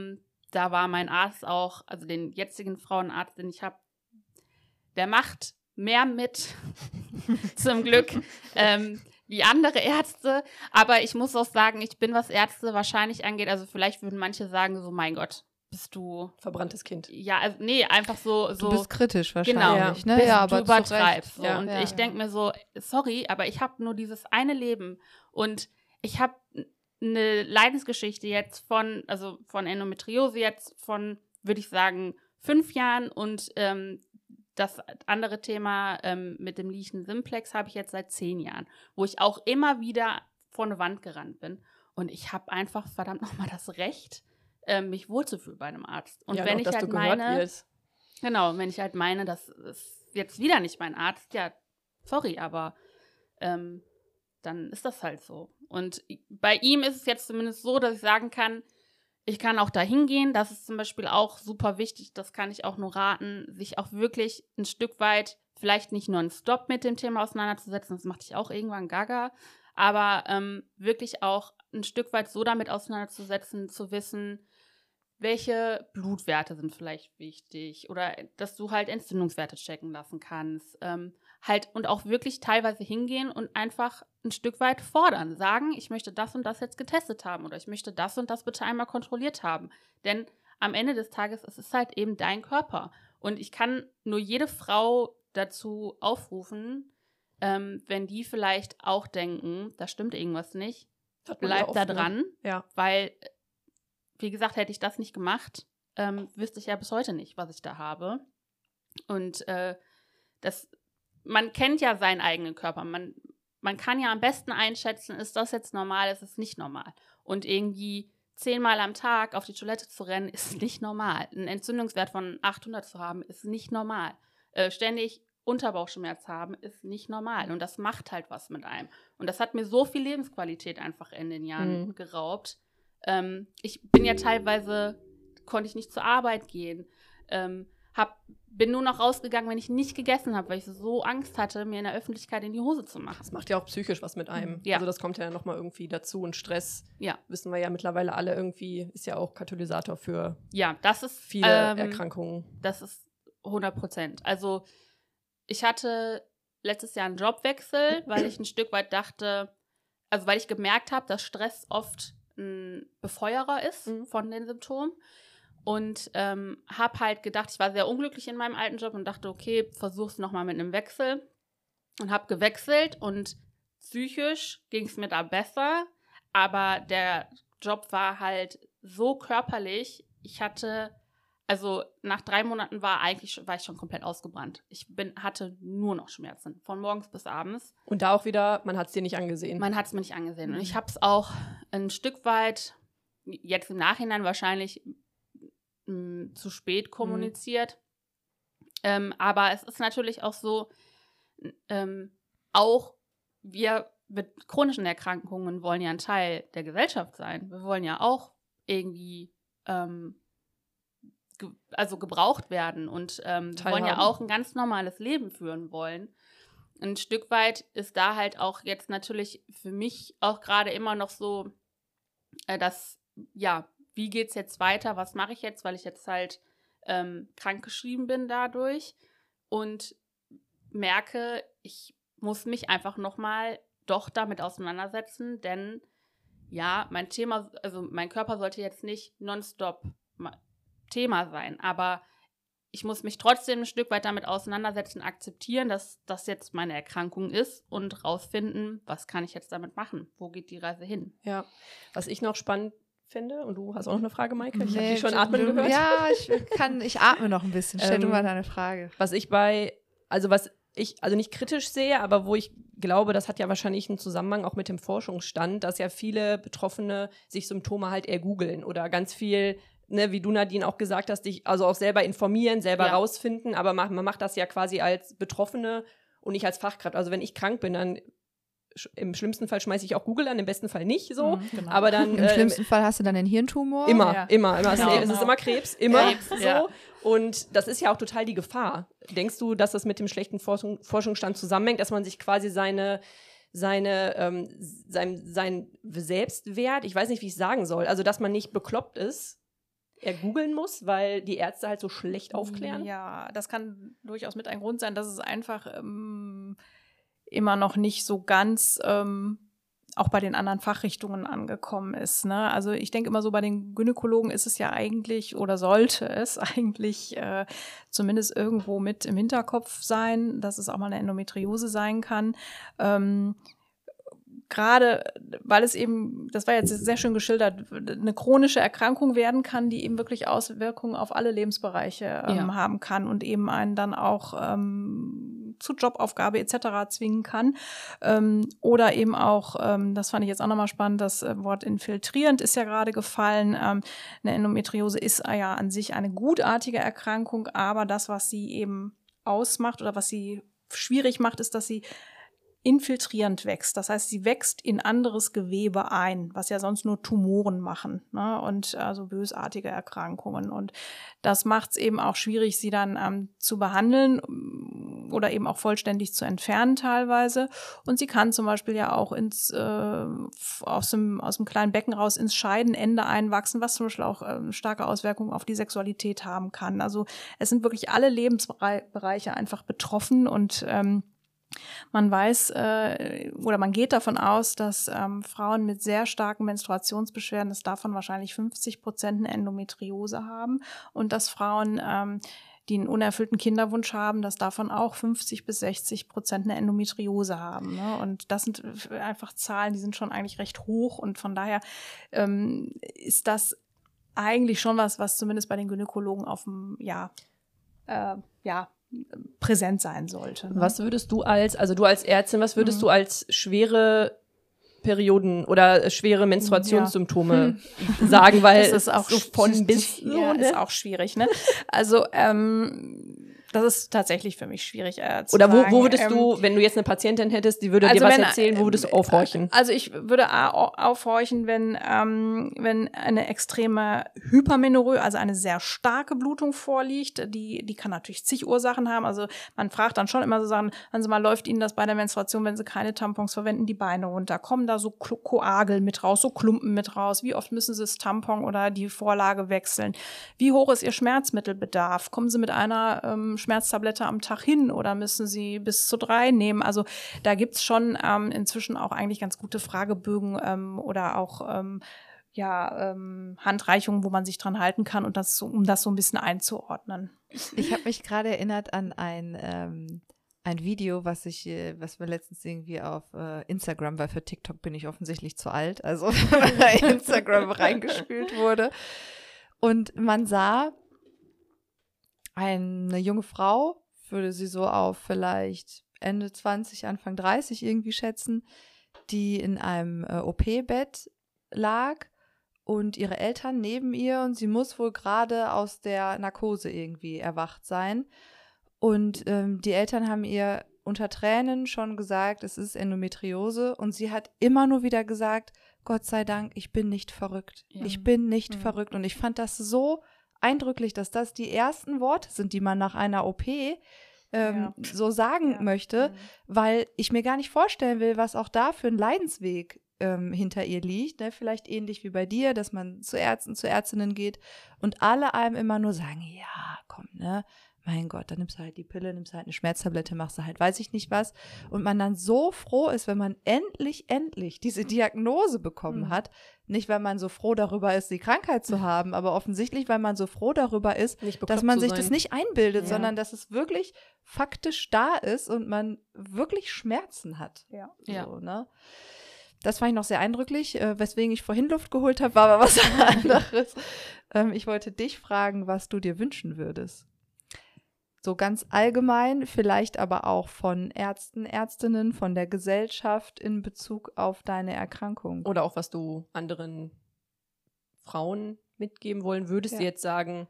Da war mein Arzt auch, also den jetzigen Frauenarzt, den ich habe, der macht mehr mit, zum Glück, wie andere Ärzte. Aber ich muss auch sagen, ich bin, was Ärzte wahrscheinlich angeht, also vielleicht würden manche sagen so, mein Gott, bist du... Verbranntes Kind. Ja, also, nee, einfach so... Du bist kritisch Genau, wahrscheinlich, ne? Ja, aber du übertreibst. So. Ja. Und ich denke mir so, sorry, aber ich habe nur dieses eine Leben und ich habe eine Leidensgeschichte jetzt von Endometriose jetzt von, würde ich sagen, 5 Jahren und das andere Thema mit dem Lesion Simplex habe ich jetzt seit 10 Jahren, wo ich auch immer wieder vor eine Wand gerannt bin. Und ich habe einfach verdammt nochmal das Recht, mich wohlzufühlen bei einem Arzt. Und Ja, wenn auch, ich dass halt du gehört meine, wirst. genau, wenn ich halt meine, das ist jetzt wieder nicht mein Arzt, ja, sorry, aber dann ist das halt so. Und bei ihm ist es jetzt zumindest so, dass ich sagen kann, ich kann auch da hingehen. Das ist zum Beispiel auch super wichtig. Das kann ich auch nur raten, sich auch wirklich ein Stück weit, vielleicht nicht nonstop mit dem Thema auseinanderzusetzen. Das macht dich auch irgendwann gaga. Aber wirklich auch ein Stück weit so damit auseinanderzusetzen, zu wissen, welche Blutwerte sind vielleicht wichtig oder dass du halt Entzündungswerte checken lassen kannst. Und auch wirklich teilweise hingehen und einfach ein Stück weit fordern. Sagen, ich möchte das und das jetzt getestet haben oder ich möchte das und das bitte einmal kontrolliert haben. Denn am Ende des Tages ist es halt eben dein Körper. Und ich kann nur jede Frau dazu aufrufen, wenn die vielleicht auch denken, da stimmt irgendwas nicht, bleib da dran, Ja. weil, wie gesagt, hätte ich das nicht gemacht, wüsste ich ja bis heute nicht, was ich da habe. Und man kennt ja seinen eigenen Körper. Man kann ja am besten einschätzen, ist das jetzt normal, ist es nicht normal. Und irgendwie 10-mal am Tag auf die Toilette zu rennen, ist nicht normal. Ein Entzündungswert von 800 zu haben, ist nicht normal. Ständig Unterbauchschmerz haben, ist nicht normal. Und das macht halt was mit einem. Und das hat mir so viel Lebensqualität einfach in den Jahren geraubt. Ich bin ja teilweise, konnte ich nicht zur Arbeit gehen, bin nur noch rausgegangen, wenn ich nicht gegessen habe, weil ich so Angst hatte, mir in der Öffentlichkeit in die Hose zu machen. Das macht ja auch psychisch was mit einem. Ja. Also das kommt ja nochmal irgendwie dazu. Und Stress, Ja. wissen wir ja mittlerweile alle irgendwie, ist ja auch Katalysator für Ja, das ist viele Erkrankungen. Das ist 100%. Also ich hatte letztes Jahr einen Jobwechsel, weil ich ein Stück weit dachte, also weil ich gemerkt habe, dass Stress oft ein Befeuerer ist von den Symptomen. Und habe halt gedacht, ich war sehr unglücklich in meinem alten Job und dachte, okay, versuch's nochmal mit einem Wechsel. Und habe gewechselt und psychisch ging es mir da besser. Aber der Job war halt so körperlich. Ich hatte, also nach 3 Monaten war ich schon komplett ausgebrannt. Ich hatte nur noch Schmerzen, von morgens bis abends. Und da auch wieder, man hat es dir nicht angesehen. Man hat es mir nicht angesehen. Und ich habe es auch ein Stück weit, jetzt im Nachhinein wahrscheinlich, zu spät kommuniziert. Aber es ist natürlich auch so, auch wir mit chronischen Erkrankungen wollen ja ein Teil der Gesellschaft sein. Wir wollen ja auch irgendwie gebraucht werden und wollen ja auch ein ganz normales Leben führen wollen. Ein Stück weit ist da halt auch jetzt natürlich für mich auch gerade immer noch so, dass, ja, wie geht's jetzt weiter, was mache ich jetzt, weil ich jetzt halt krankgeschrieben bin dadurch und merke, ich muss mich einfach nochmal doch damit auseinandersetzen, denn ja, mein Körper sollte jetzt nicht nonstop Thema sein, aber ich muss mich trotzdem ein Stück weit damit auseinandersetzen, akzeptieren, dass das jetzt meine Erkrankung ist und rausfinden, was kann ich jetzt damit machen, wo geht die Reise hin. Ja, was ich noch spannend finde, und du hast auch noch eine Frage, Maike? Ich habe dich schon atmen gehört. Ja, ich atme noch ein bisschen. Stell du mal deine Frage. Was ich nicht kritisch sehe, aber wo ich glaube, das hat ja wahrscheinlich einen Zusammenhang auch mit dem Forschungsstand, dass ja viele Betroffene sich Symptome halt eher googeln oder ganz viel, ne, wie du, Nadine, auch gesagt hast, dich also auch selber informieren, selber rausfinden, aber man macht das ja quasi als Betroffene und nicht als Fachkraft. Also wenn ich krank bin, dann im schlimmsten Fall schmeiße ich auch Google an, im besten Fall nicht so. Genau. Aber dann im schlimmsten Fall hast du dann den Hirntumor. Immer. Genau. Es ist immer Krebs, immer Krebs, so. ja. Und das ist ja auch total die Gefahr. Denkst du, dass das mit dem schlechten Forschungsstand zusammenhängt, dass man sich quasi sein Selbstwert, ich weiß nicht, wie ich sagen soll, also dass man nicht bekloppt ist, er googeln muss, weil die Ärzte halt so schlecht aufklären? Ja, das kann durchaus mit ein Grund sein, dass es einfach immer noch nicht so ganz auch bei den anderen Fachrichtungen angekommen ist. Ne? Also ich denke immer so, bei den Gynäkologen ist es ja eigentlich oder sollte es eigentlich zumindest irgendwo mit im Hinterkopf sein, dass es auch mal eine Endometriose sein kann. Gerade weil es eben, das war jetzt sehr schön geschildert, eine chronische Erkrankung werden kann, die eben wirklich Auswirkungen auf alle Lebensbereiche haben kann und eben einen dann auch zu Jobaufgabe etc. zwingen kann. Oder eben auch, das fand ich jetzt auch nochmal spannend, das Wort infiltrierend ist ja gerade gefallen. Eine Endometriose ist ja an sich eine gutartige Erkrankung, aber das, was sie eben ausmacht oder was sie schwierig macht, ist, dass sie infiltrierend wächst. Das heißt, sie wächst in anderes Gewebe ein, was ja sonst nur Tumoren machen, ne? Und also bösartige Erkrankungen. Und das macht es eben auch schwierig, sie dann zu behandeln oder eben auch vollständig zu entfernen teilweise. Und sie kann zum Beispiel ja auch aus dem kleinen Becken raus ins Scheidenende einwachsen, was zum Beispiel auch starke Auswirkungen auf die Sexualität haben kann. Also es sind wirklich alle Lebensbereiche einfach betroffen und man weiß oder man geht davon aus, dass Frauen mit sehr starken Menstruationsbeschwerden, dass davon wahrscheinlich 50% eine Endometriose haben und dass Frauen, die einen unerfüllten Kinderwunsch haben, dass davon auch 50-60% eine Endometriose haben. Ne? Und das sind einfach Zahlen, die sind schon eigentlich recht hoch und von daher ist das eigentlich schon was zumindest bei den Gynäkologen auf dem präsent sein sollte. Ne? Was würdest du als Ärztin, was würdest du als schwere Perioden oder schwere Menstruationssymptome sagen, weil das ist auch so von bis ist auch schwierig, ne? Also das ist tatsächlich für mich schwierig zu oder sagen. Wo würdest du, wenn du jetzt eine Patientin hättest, die würde dir was erzählen, wo würdest du aufhorchen? Also ich würde aufhorchen, wenn eine extreme Hypermenorrhoe, also eine sehr starke Blutung vorliegt, die kann natürlich zig Ursachen haben. Also man fragt dann schon immer so Sachen, wenn sie mal, läuft Ihnen das bei der Menstruation, wenn Sie keine Tampons verwenden, die Beine runter, kommen da so Koagel mit raus, so Klumpen mit raus, wie oft müssen Sie das Tampon oder die Vorlage wechseln, wie hoch ist Ihr Schmerzmittelbedarf, kommen Sie mit einer Schmerztablette am Tag hin oder müssen Sie bis zu 3 nehmen? Also da gibt's schon inzwischen auch eigentlich ganz gute Fragebögen oder auch Handreichungen, wo man sich dran halten kann und um das so ein bisschen einzuordnen. Ich habe mich gerade erinnert an ein Video, was mir letztens irgendwie auf Instagram, weil für TikTok bin ich offensichtlich zu alt, also bei Instagram reingespült wurde. Und man sah eine junge Frau, würde sie so auf vielleicht Ende 20, Anfang 30 irgendwie schätzen, die in einem OP-Bett lag und ihre Eltern neben ihr und sie muss wohl gerade aus der Narkose irgendwie erwacht sein. Und die Eltern haben ihr unter Tränen schon gesagt, es ist Endometriose und sie hat immer nur wieder gesagt, Gott sei Dank, ich bin nicht verrückt. Ja. Ich bin nicht verrückt. Und ich fand das so eindrücklich, dass das die ersten Worte sind, die man nach einer OP so sagen möchte, weil ich mir gar nicht vorstellen will, was auch da für ein Leidensweg hinter ihr liegt. Ne? Vielleicht ähnlich wie bei dir, dass man zu Ärzten, zu Ärztinnen geht und alle einem immer nur sagen, ja, komm, ne? Mein Gott, dann nimmst du halt die Pille, nimmst du halt eine Schmerztablette, machst du halt weiß ich nicht was. Und man dann so froh ist, wenn man endlich diese Diagnose bekommen hat. Nicht, weil man so froh darüber ist, die Krankheit zu haben, aber offensichtlich, weil man so froh darüber ist, dass man sich das nicht einbildet, sondern dass es wirklich faktisch da ist und man wirklich Schmerzen hat. So, ne? Das fand ich noch sehr eindrücklich, weswegen ich vorhin Luft geholt habe, war aber was anderes. Ich wollte dich fragen, was du dir wünschen würdest. So ganz allgemein, vielleicht aber auch von Ärzten, Ärztinnen, von der Gesellschaft in Bezug auf deine Erkrankung. Oder auch, was du anderen Frauen mitgeben wollen würdest, die jetzt sagen,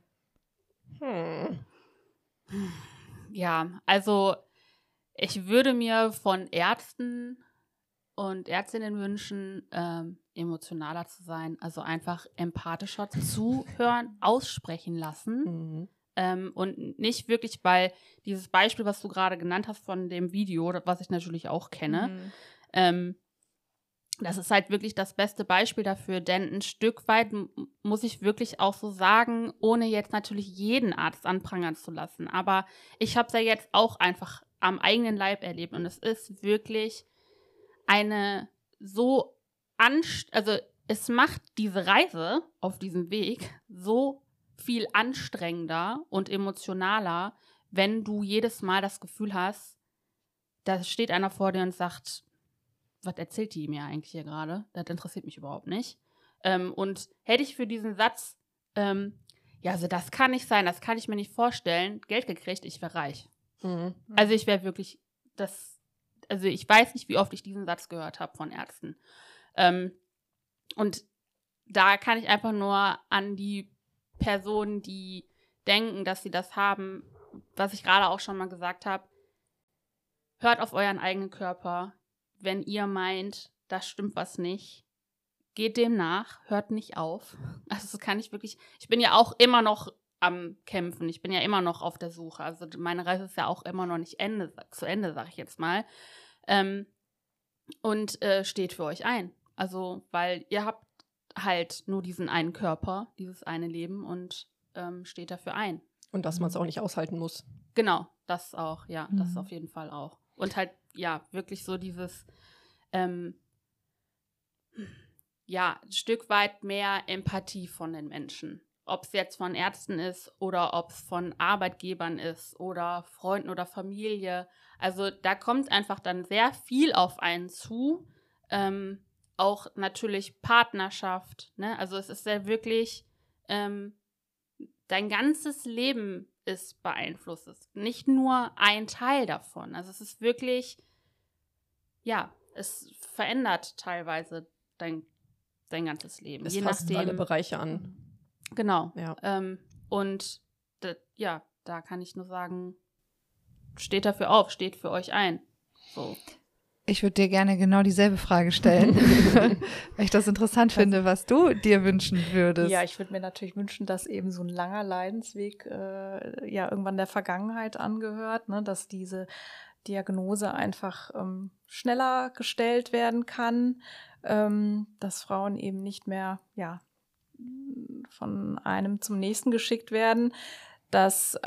Ja, also ich würde mir von Ärzten und Ärztinnen wünschen, emotionaler zu sein, also einfach empathischer zuhören, aussprechen lassen. Und nicht wirklich, weil dieses Beispiel, was du gerade genannt hast von dem Video, was ich natürlich auch kenne, das ist halt wirklich das beste Beispiel dafür, denn ein Stück weit muss ich wirklich auch so sagen, ohne jetzt natürlich jeden Arzt anprangern zu lassen, aber ich habe es ja jetzt auch einfach am eigenen Leib erlebt und es ist wirklich eine so also es macht diese Reise auf diesem Weg so viel anstrengender und emotionaler, wenn du jedes Mal das Gefühl hast, da steht einer vor dir und sagt, was erzählt die mir eigentlich hier gerade? Das interessiert mich überhaupt nicht. Und hätte ich für diesen Satz, ja, also das kann nicht sein, das kann ich mir nicht vorstellen, Geld gekriegt, ich wäre reich. Mhm. Also ich wäre wirklich, also ich weiß nicht, wie oft ich diesen Satz gehört habe von Ärzten. Und da kann ich einfach nur an die Personen, die denken, dass sie das haben, was ich gerade auch schon mal gesagt habe, hört auf euren eigenen Körper. Wenn ihr meint, da stimmt was nicht, geht dem nach, hört nicht auf. Also das kann ich wirklich, ich bin ja auch immer noch am Kämpfen, ich bin ja immer noch auf der Suche. Also meine Reise ist ja auch immer noch nicht zu Ende, sag ich jetzt mal. Und steht für euch ein. Also, weil ihr habt halt nur diesen einen Körper, dieses eine Leben und steht dafür ein. Und dass man es auch nicht aushalten muss. Genau, das auch, ja, das auf jeden Fall auch. Und halt, ja, wirklich so dieses, ja, ein Stück weit mehr Empathie von den Menschen. Ob es jetzt von Ärzten ist oder ob es von Arbeitgebern ist oder Freunden oder Familie. Also da kommt einfach dann sehr viel auf einen zu. Auch natürlich Partnerschaft, ne? Also es ist ja wirklich, dein ganzes Leben ist beeinflusst. Es ist nicht nur ein Teil davon. Also es ist wirklich, ja, es verändert teilweise dein ganzes Leben. Es je fasst nachdem, alle Bereiche an. Genau. Ja. Und ja, da kann ich nur sagen, steht dafür auf, steht für euch ein. So. Ich würde dir gerne genau dieselbe Frage stellen, weil ich das interessant finde, was du dir wünschen würdest. Ja, ich würde mir natürlich wünschen, dass eben so ein langer Leidensweg ja irgendwann der Vergangenheit angehört, ne, dass diese Diagnose einfach schneller gestellt werden kann, dass Frauen eben nicht mehr ja von einem zum nächsten geschickt werden, dass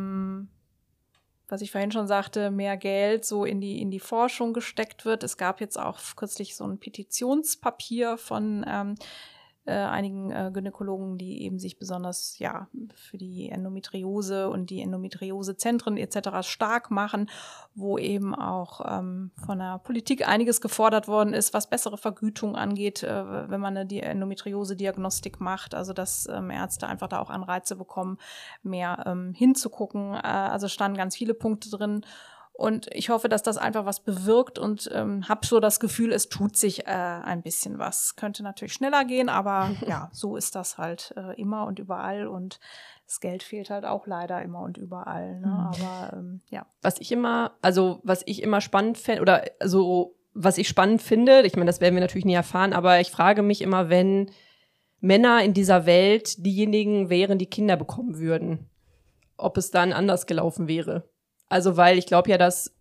was ich vorhin schon sagte, mehr Geld so in die Forschung gesteckt wird. Es gab jetzt auch kürzlich so ein Petitionspapier von einigen Gynäkologen, die eben sich besonders ja für die Endometriose und die Endometriosezentren etc. stark machen, wo eben auch von der Politik einiges gefordert worden ist, was bessere Vergütung angeht, wenn man eine Endometriose-Diagnostik macht, also dass Ärzte einfach da auch Anreize bekommen, mehr hinzugucken. Also standen ganz viele Punkte drin. Und ich hoffe, dass das einfach was bewirkt und habe so das Gefühl, es tut sich ein bisschen was. Könnte natürlich schneller gehen, aber ja, so ist das halt immer und überall und das Geld fehlt halt auch leider immer und überall. Ne? Aber ja. Was ich immer spannend fände, oder also was ich spannend finde, ich meine, das werden wir natürlich nie erfahren, aber ich frage mich immer, wenn Männer in dieser Welt diejenigen wären, die Kinder bekommen würden, ob es dann anders gelaufen wäre. Also weil ich glaube,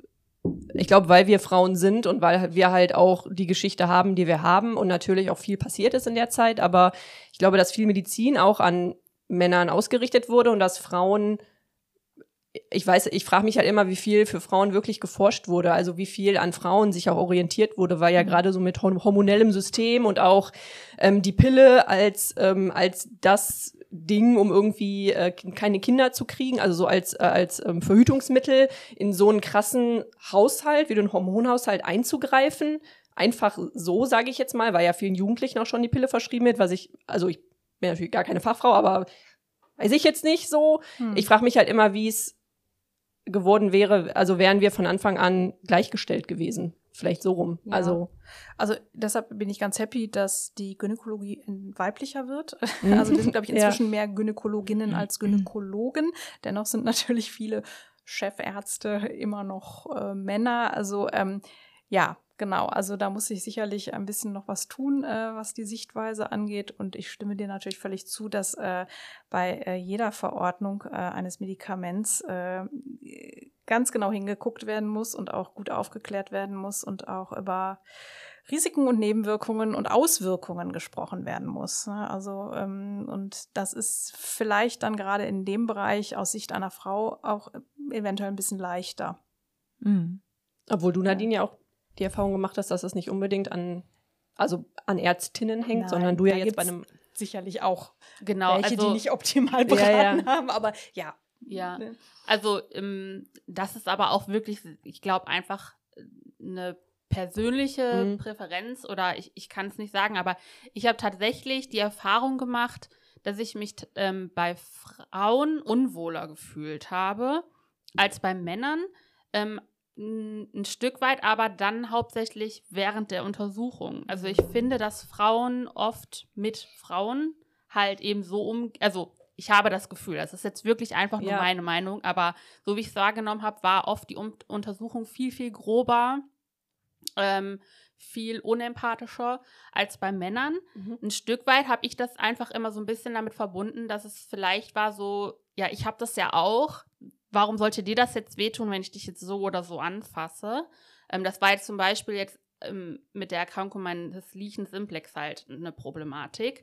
weil wir Frauen sind und weil wir halt auch die Geschichte haben, die wir haben und natürlich auch viel passiert ist in der Zeit, aber ich glaube, dass viel Medizin auch an Männern ausgerichtet wurde und dass Frauen, ich frage mich halt immer, wie viel für Frauen wirklich geforscht wurde, also wie viel an Frauen sich auch orientiert wurde, weil ja gerade so mit hormonellem System und auch die Pille als das Ding, um irgendwie keine Kinder zu kriegen, also so als Verhütungsmittel in so einen krassen Haushalt, wie den Hormonhaushalt einzugreifen. Einfach so, sage ich jetzt mal, weil ja vielen Jugendlichen auch schon die Pille verschrieben wird, ich bin natürlich gar keine Fachfrau, aber weiß ich jetzt nicht so. Ich frage mich halt immer, wie es geworden wäre, also wären wir von Anfang an gleichgestellt gewesen. Vielleicht so rum. Ja. Also deshalb bin ich ganz happy, dass die Gynäkologie weiblicher wird. Also wir sind, glaube ich, inzwischen mehr Gynäkologinnen als Gynäkologen. Dennoch sind natürlich viele Chefärzte immer noch Männer. Also ja, genau. Also da muss sich sicherlich ein bisschen noch was tun, was die Sichtweise angeht. Und ich stimme dir natürlich völlig zu, dass bei jeder Verordnung eines Medikaments ganz genau hingeguckt werden muss und auch gut aufgeklärt werden muss und auch über Risiken und Nebenwirkungen und Auswirkungen gesprochen werden muss. Ne? Also und das ist vielleicht dann gerade in dem Bereich aus Sicht einer Frau auch eventuell ein bisschen leichter. Mhm. Obwohl du, Nadine, ja auch die Erfahrung gemacht hast, dass es nicht unbedingt an Ärztinnen hängt, Nein, sondern du ja da jetzt bei gibt's einem... Genau, Genau, die nicht optimal beraten Ja. haben, aber ja. Ja, Ne? also das ist aber auch wirklich, ich glaube, einfach eine persönliche Präferenz oder ich kann es nicht sagen, aber ich habe tatsächlich die Erfahrung gemacht, dass ich mich bei Frauen unwohler gefühlt habe als bei Männern. Ein Stück weit, aber dann hauptsächlich während der Untersuchung. Also ich finde, dass Frauen oft mit Frauen halt eben so also ich habe das Gefühl, das ist jetzt wirklich einfach nur meine Meinung, aber so wie ich es wahrgenommen habe, war oft die Untersuchung viel, viel grober, viel unempathischer als bei Männern. Ein Stück weit habe ich das einfach immer so ein bisschen damit verbunden, dass es vielleicht war so, ja, ich habe das ja auch, warum sollte dir das jetzt wehtun, wenn ich dich jetzt so oder so anfasse? Das war jetzt zum Beispiel jetzt mit der Erkrankung meines Legion Simplex halt eine Problematik.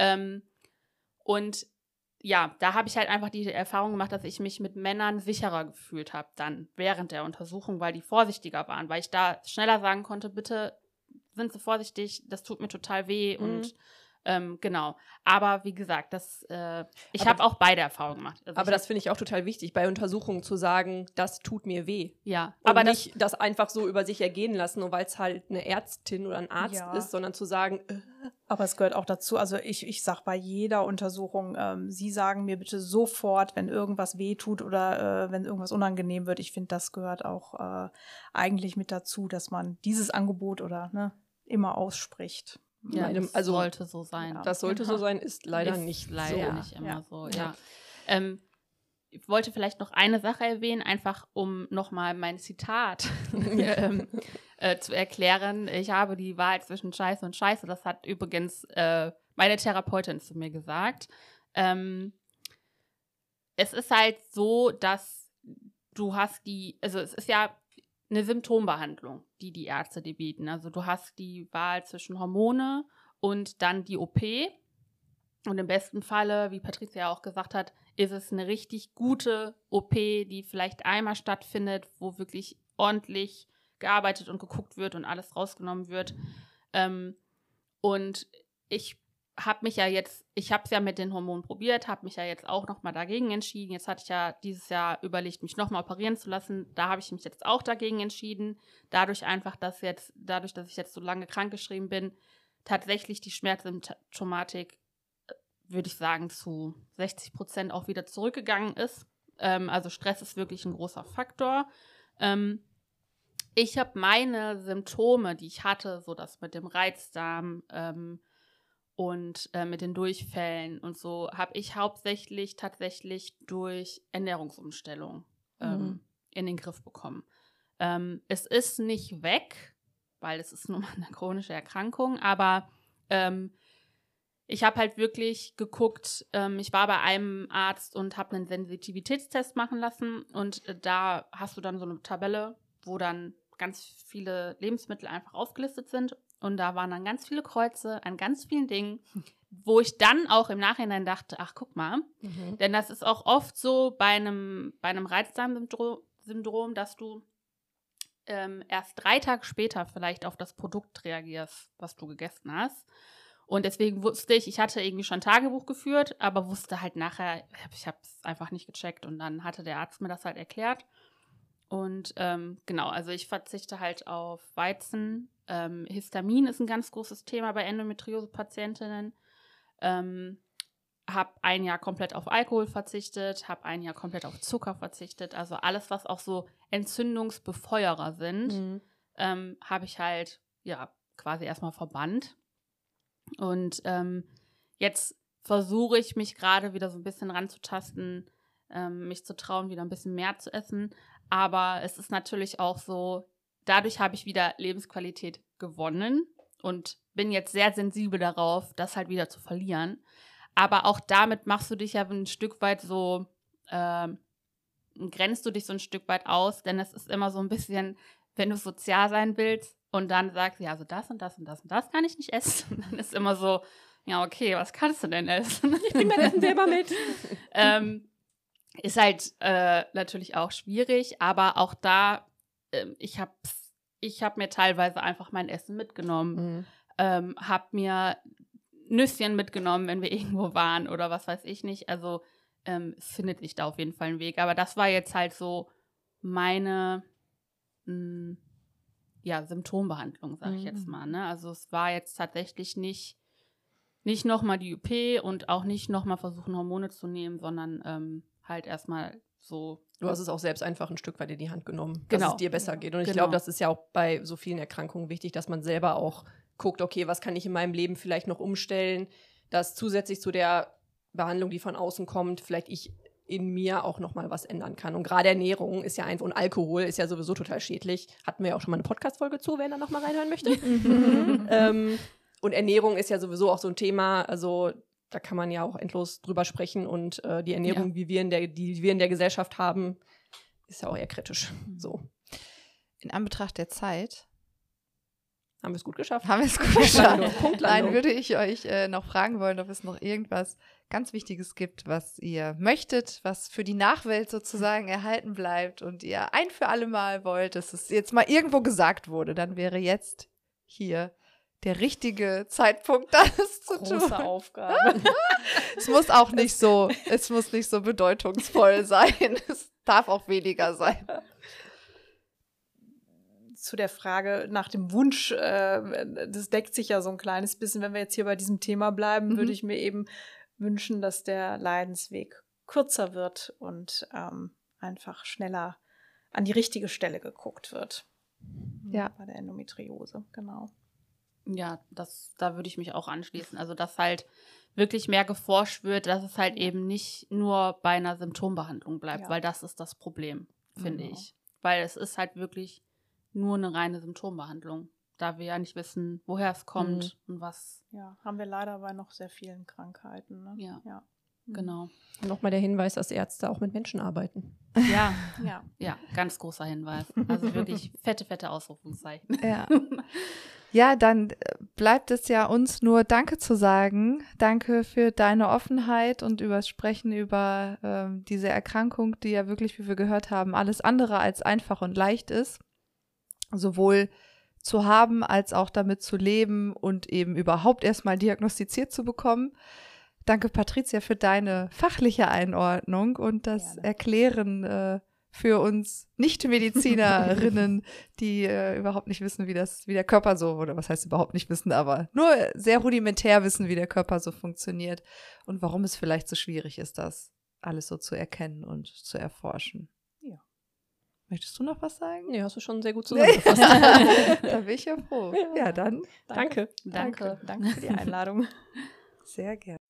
Und ja, da habe ich halt einfach die Erfahrung gemacht, dass ich mich mit Männern sicherer gefühlt habe dann während der Untersuchung, weil die vorsichtiger waren, weil ich da schneller sagen konnte, bitte sind Sie vorsichtig, das tut mir total weh und genau. Aber wie gesagt, ich habe auch beide Erfahrungen gemacht. Also aber das finde ich auch total wichtig, bei Untersuchungen zu sagen, das tut mir weh. Ja, Und aber nicht das einfach so über sich ergehen lassen, nur weil es halt eine Ärztin oder ein Arzt ist, sondern zu sagen, Aber es gehört auch dazu, also ich sage bei jeder Untersuchung, Sie sagen mir bitte sofort, wenn irgendwas wehtut oder wenn irgendwas unangenehm wird. Ich finde, das gehört auch eigentlich mit dazu, dass man dieses Angebot oder immer ausspricht. ja, das sollte so sein. Ja. das sollte so sein, ist leider nicht leider so. nicht immer so, Ja. Ich wollte vielleicht noch eine Sache erwähnen, einfach um nochmal mein Zitat zu erklären. Ich habe die Wahl zwischen Scheiße und Scheiße. Das hat übrigens meine Therapeutin zu mir gesagt. Es ist halt so, dass du hast also es ist ja eine Symptombehandlung, die Ärzte dir bieten. Also du hast die Wahl zwischen Hormone und dann die OP. Und im besten Falle, wie Patricia ja auch gesagt hat, ist es eine richtig gute OP, die vielleicht einmal stattfindet, wo wirklich ordentlich gearbeitet und geguckt wird und alles rausgenommen wird. Und ich habe es ja mit den Hormonen probiert, habe mich ja jetzt auch nochmal dagegen entschieden. Jetzt hatte ich ja dieses Jahr überlegt, mich nochmal operieren zu lassen. Da habe ich mich jetzt auch dagegen entschieden. Dadurch, dass ich jetzt so lange krankgeschrieben bin, tatsächlich die Schmerzsymptomatik, würde ich sagen, zu 60% auch wieder zurückgegangen ist. Also Stress ist wirklich ein großer Faktor. Ich habe meine Symptome, die ich hatte, so das mit dem Reizdarm und mit den Durchfällen und so, habe ich hauptsächlich tatsächlich durch Ernährungsumstellung in den Griff bekommen. Es ist nicht weg, weil es ist nun mal eine chronische Erkrankung, aber ich habe halt wirklich geguckt, ich war bei einem Arzt und habe einen Sensitivitätstest machen lassen und da hast du dann so eine Tabelle, wo dann ganz viele Lebensmittel einfach aufgelistet sind und da waren dann ganz viele Kreuze an ganz vielen Dingen, wo ich dann auch im Nachhinein dachte, ach guck mal, denn das ist auch oft so bei einem Reizdarmsyndrom, dass du erst 3 Tage später vielleicht auf das Produkt reagierst, was du gegessen hast. Und deswegen wusste ich hatte irgendwie schon Tagebuch geführt, aber wusste halt nachher, ich habe es einfach nicht gecheckt. Und dann hatte der Arzt mir das halt erklärt. Und genau, also ich verzichte halt auf Weizen. Histamin ist ein ganz großes Thema bei Endometriose-Patientinnen. Habe ein Jahr komplett auf Alkohol verzichtet, habe ein Jahr komplett auf Zucker verzichtet. Also alles, was auch so Entzündungsbefeuerer sind, habe ich halt quasi erstmal verbannt. Und jetzt versuche ich mich gerade wieder so ein bisschen ranzutasten, mich zu trauen, wieder ein bisschen mehr zu essen. Aber es ist natürlich auch so, dadurch habe ich wieder Lebensqualität gewonnen und bin jetzt sehr sensibel darauf, das halt wieder zu verlieren. Aber auch damit machst du dich ja ein Stück weit so, grenzt du dich so ein Stück weit aus, denn es ist immer so ein bisschen, wenn du sozial sein willst, Und dann sagt sie, also das und das und das und das kann ich nicht essen. Und dann ist immer so, ja, okay, was kannst du denn essen? Ich bring mein Essen selber mit. Ist halt natürlich auch schwierig, aber auch da, ich hab mir teilweise einfach mein Essen mitgenommen. Hab mir Nüsschen mitgenommen, wenn wir irgendwo waren oder was weiß ich nicht. Also es findet sich da auf jeden Fall ein Weg. Aber das war jetzt halt so meine Symptombehandlung, sage ich jetzt mal. Ne? Also es war jetzt tatsächlich nicht nochmal die UP und auch nicht nochmal versuchen, Hormone zu nehmen, sondern halt erstmal so. Du hast es auch selbst einfach ein Stück weit in die Hand genommen, Genau. dass es dir besser geht. Und ich Genau. glaube, das ist ja auch bei so vielen Erkrankungen wichtig, dass man selber auch guckt, okay, was kann ich in meinem Leben vielleicht noch umstellen, dass zusätzlich zu der Behandlung, die von außen kommt, vielleicht ich in mir auch noch mal was ändern kann. Und gerade Ernährung ist ja einfach, und Alkohol ist ja sowieso total schädlich. Hatten wir ja auch schon mal eine Podcast-Folge zu, wer da noch mal reinhören möchte. Und Ernährung ist ja sowieso auch so ein Thema, also da kann man ja auch endlos drüber sprechen und die Ernährung, die wir in der Gesellschaft haben, ist ja auch eher kritisch. So. In Anbetracht der Zeit Haben wir es gut geschafft? haben wir es gut geschafft. Punktlandung. Nein, würde ich euch noch fragen wollen, ob es noch irgendwas ganz Wichtiges gibt, was ihr möchtet, was für die Nachwelt sozusagen erhalten bleibt und ihr ein für alle Mal wollt, dass es jetzt mal irgendwo gesagt wurde. Dann wäre jetzt hier der richtige Zeitpunkt, das zu tun. Große Aufgabe. Es muss nicht so bedeutungsvoll sein. Es darf auch weniger sein. Zu der Frage nach dem Wunsch, das deckt sich ja so ein kleines bisschen, wenn wir jetzt hier bei diesem Thema bleiben, würde ich mir eben wünschen, dass der Leidensweg kürzer wird und einfach schneller an die richtige Stelle geguckt wird. Ja. Bei der Endometriose, genau. Ja, da würde ich mich auch anschließen. Also, dass halt wirklich mehr geforscht wird, dass es halt eben nicht nur bei einer Symptombehandlung bleibt, weil das ist das Problem, finde ich. Weil es ist halt wirklich nur eine reine Symptombehandlung, da wir ja nicht wissen, woher es kommt und was. Ja, haben wir leider bei noch sehr vielen Krankheiten. Ne? Ja. Genau. Nochmal der Hinweis, dass Ärzte auch mit Menschen arbeiten. Ja, Ja. ja, ganz großer Hinweis. Also wirklich fette Ausrufungszeichen. Ja, dann bleibt es ja uns nur Danke zu sagen. Danke für deine Offenheit und übers Sprechen über diese Erkrankung, die ja wirklich, wie wir gehört haben, alles andere als einfach und leicht ist. Sowohl zu haben, als auch damit zu leben und eben überhaupt erstmal diagnostiziert zu bekommen. Danke, Patricia, für deine fachliche Einordnung und das Erklären für uns Nicht-Medizinerinnen, die überhaupt nicht wissen, wie der Körper so, oder was heißt überhaupt nicht wissen, aber nur sehr rudimentär wissen, wie der Körper so funktioniert und warum es vielleicht so schwierig ist, das alles so zu erkennen und zu erforschen. Ja. Möchtest du noch was sagen? Nee, hast du schon sehr gut zusammengefasst. Da bin ich ja froh. Ja, dann. Danke. Danke für die Einladung. Sehr gerne.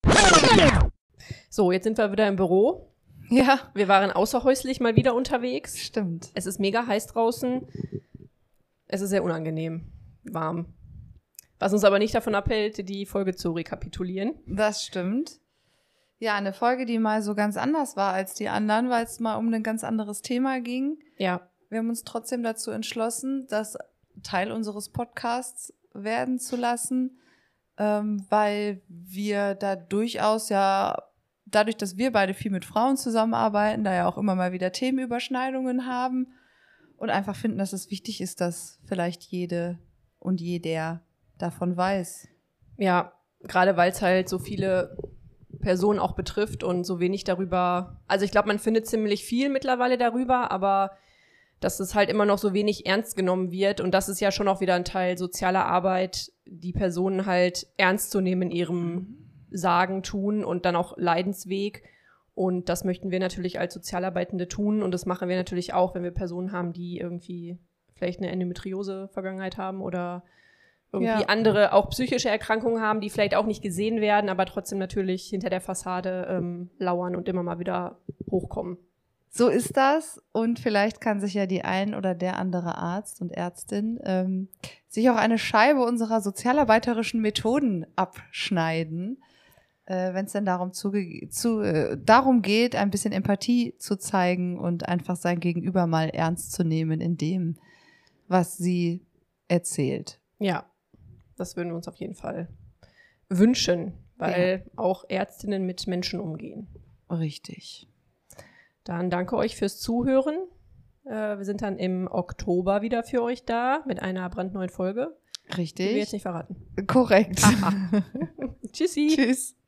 So, jetzt sind wir wieder im Büro. Ja, Wir waren außerhäuslich mal wieder unterwegs. stimmt. Es ist mega heiß draußen. Es ist sehr unangenehm warm. Was uns aber nicht davon abhält, die Folge zu rekapitulieren. Das stimmt. Ja, eine Folge, die mal so ganz anders war als die anderen, weil es mal um ein ganz anderes Thema ging. Ja. Wir haben uns trotzdem dazu entschlossen, das Teil unseres Podcasts werden zu lassen, weil wir da durchaus ja, dadurch, dass wir beide viel mit Frauen zusammenarbeiten, da ja auch immer mal wieder Themenüberschneidungen haben und einfach finden, dass es wichtig ist, dass vielleicht jede und jeder davon weiß. Ja, gerade weil es halt so viele Personen auch betrifft und so wenig darüber, also ich glaube, man findet ziemlich viel mittlerweile darüber, aber dass es halt immer noch so wenig ernst genommen wird und das ist ja schon auch wieder ein Teil sozialer Arbeit, die Personen halt ernst zu nehmen in ihrem Sagen, Tun und dann auch Leidensweg und das möchten wir natürlich als Sozialarbeitende tun und das machen wir natürlich auch, wenn wir Personen haben, die irgendwie vielleicht eine Endometriose-Vergangenheit haben oder irgendwie andere, auch psychische Erkrankungen haben, die vielleicht auch nicht gesehen werden, aber trotzdem natürlich hinter der Fassade lauern und immer mal wieder hochkommen. So ist das und vielleicht kann sich ja die ein oder der andere Arzt und Ärztin sich auch eine Scheibe unserer sozialarbeiterischen Methoden abschneiden, wenn es denn darum geht, ein bisschen Empathie zu zeigen und einfach sein Gegenüber mal ernst zu nehmen in dem, was sie erzählt. Ja, das würden wir uns auf jeden Fall wünschen, weil auch Ärztinnen mit Menschen umgehen. Richtig. Dann danke euch fürs Zuhören. Wir sind dann im Oktober wieder für euch da mit einer brandneuen Folge. Die wir jetzt Richtig. nicht verraten. Korrekt. Tschüssi. Tschüss.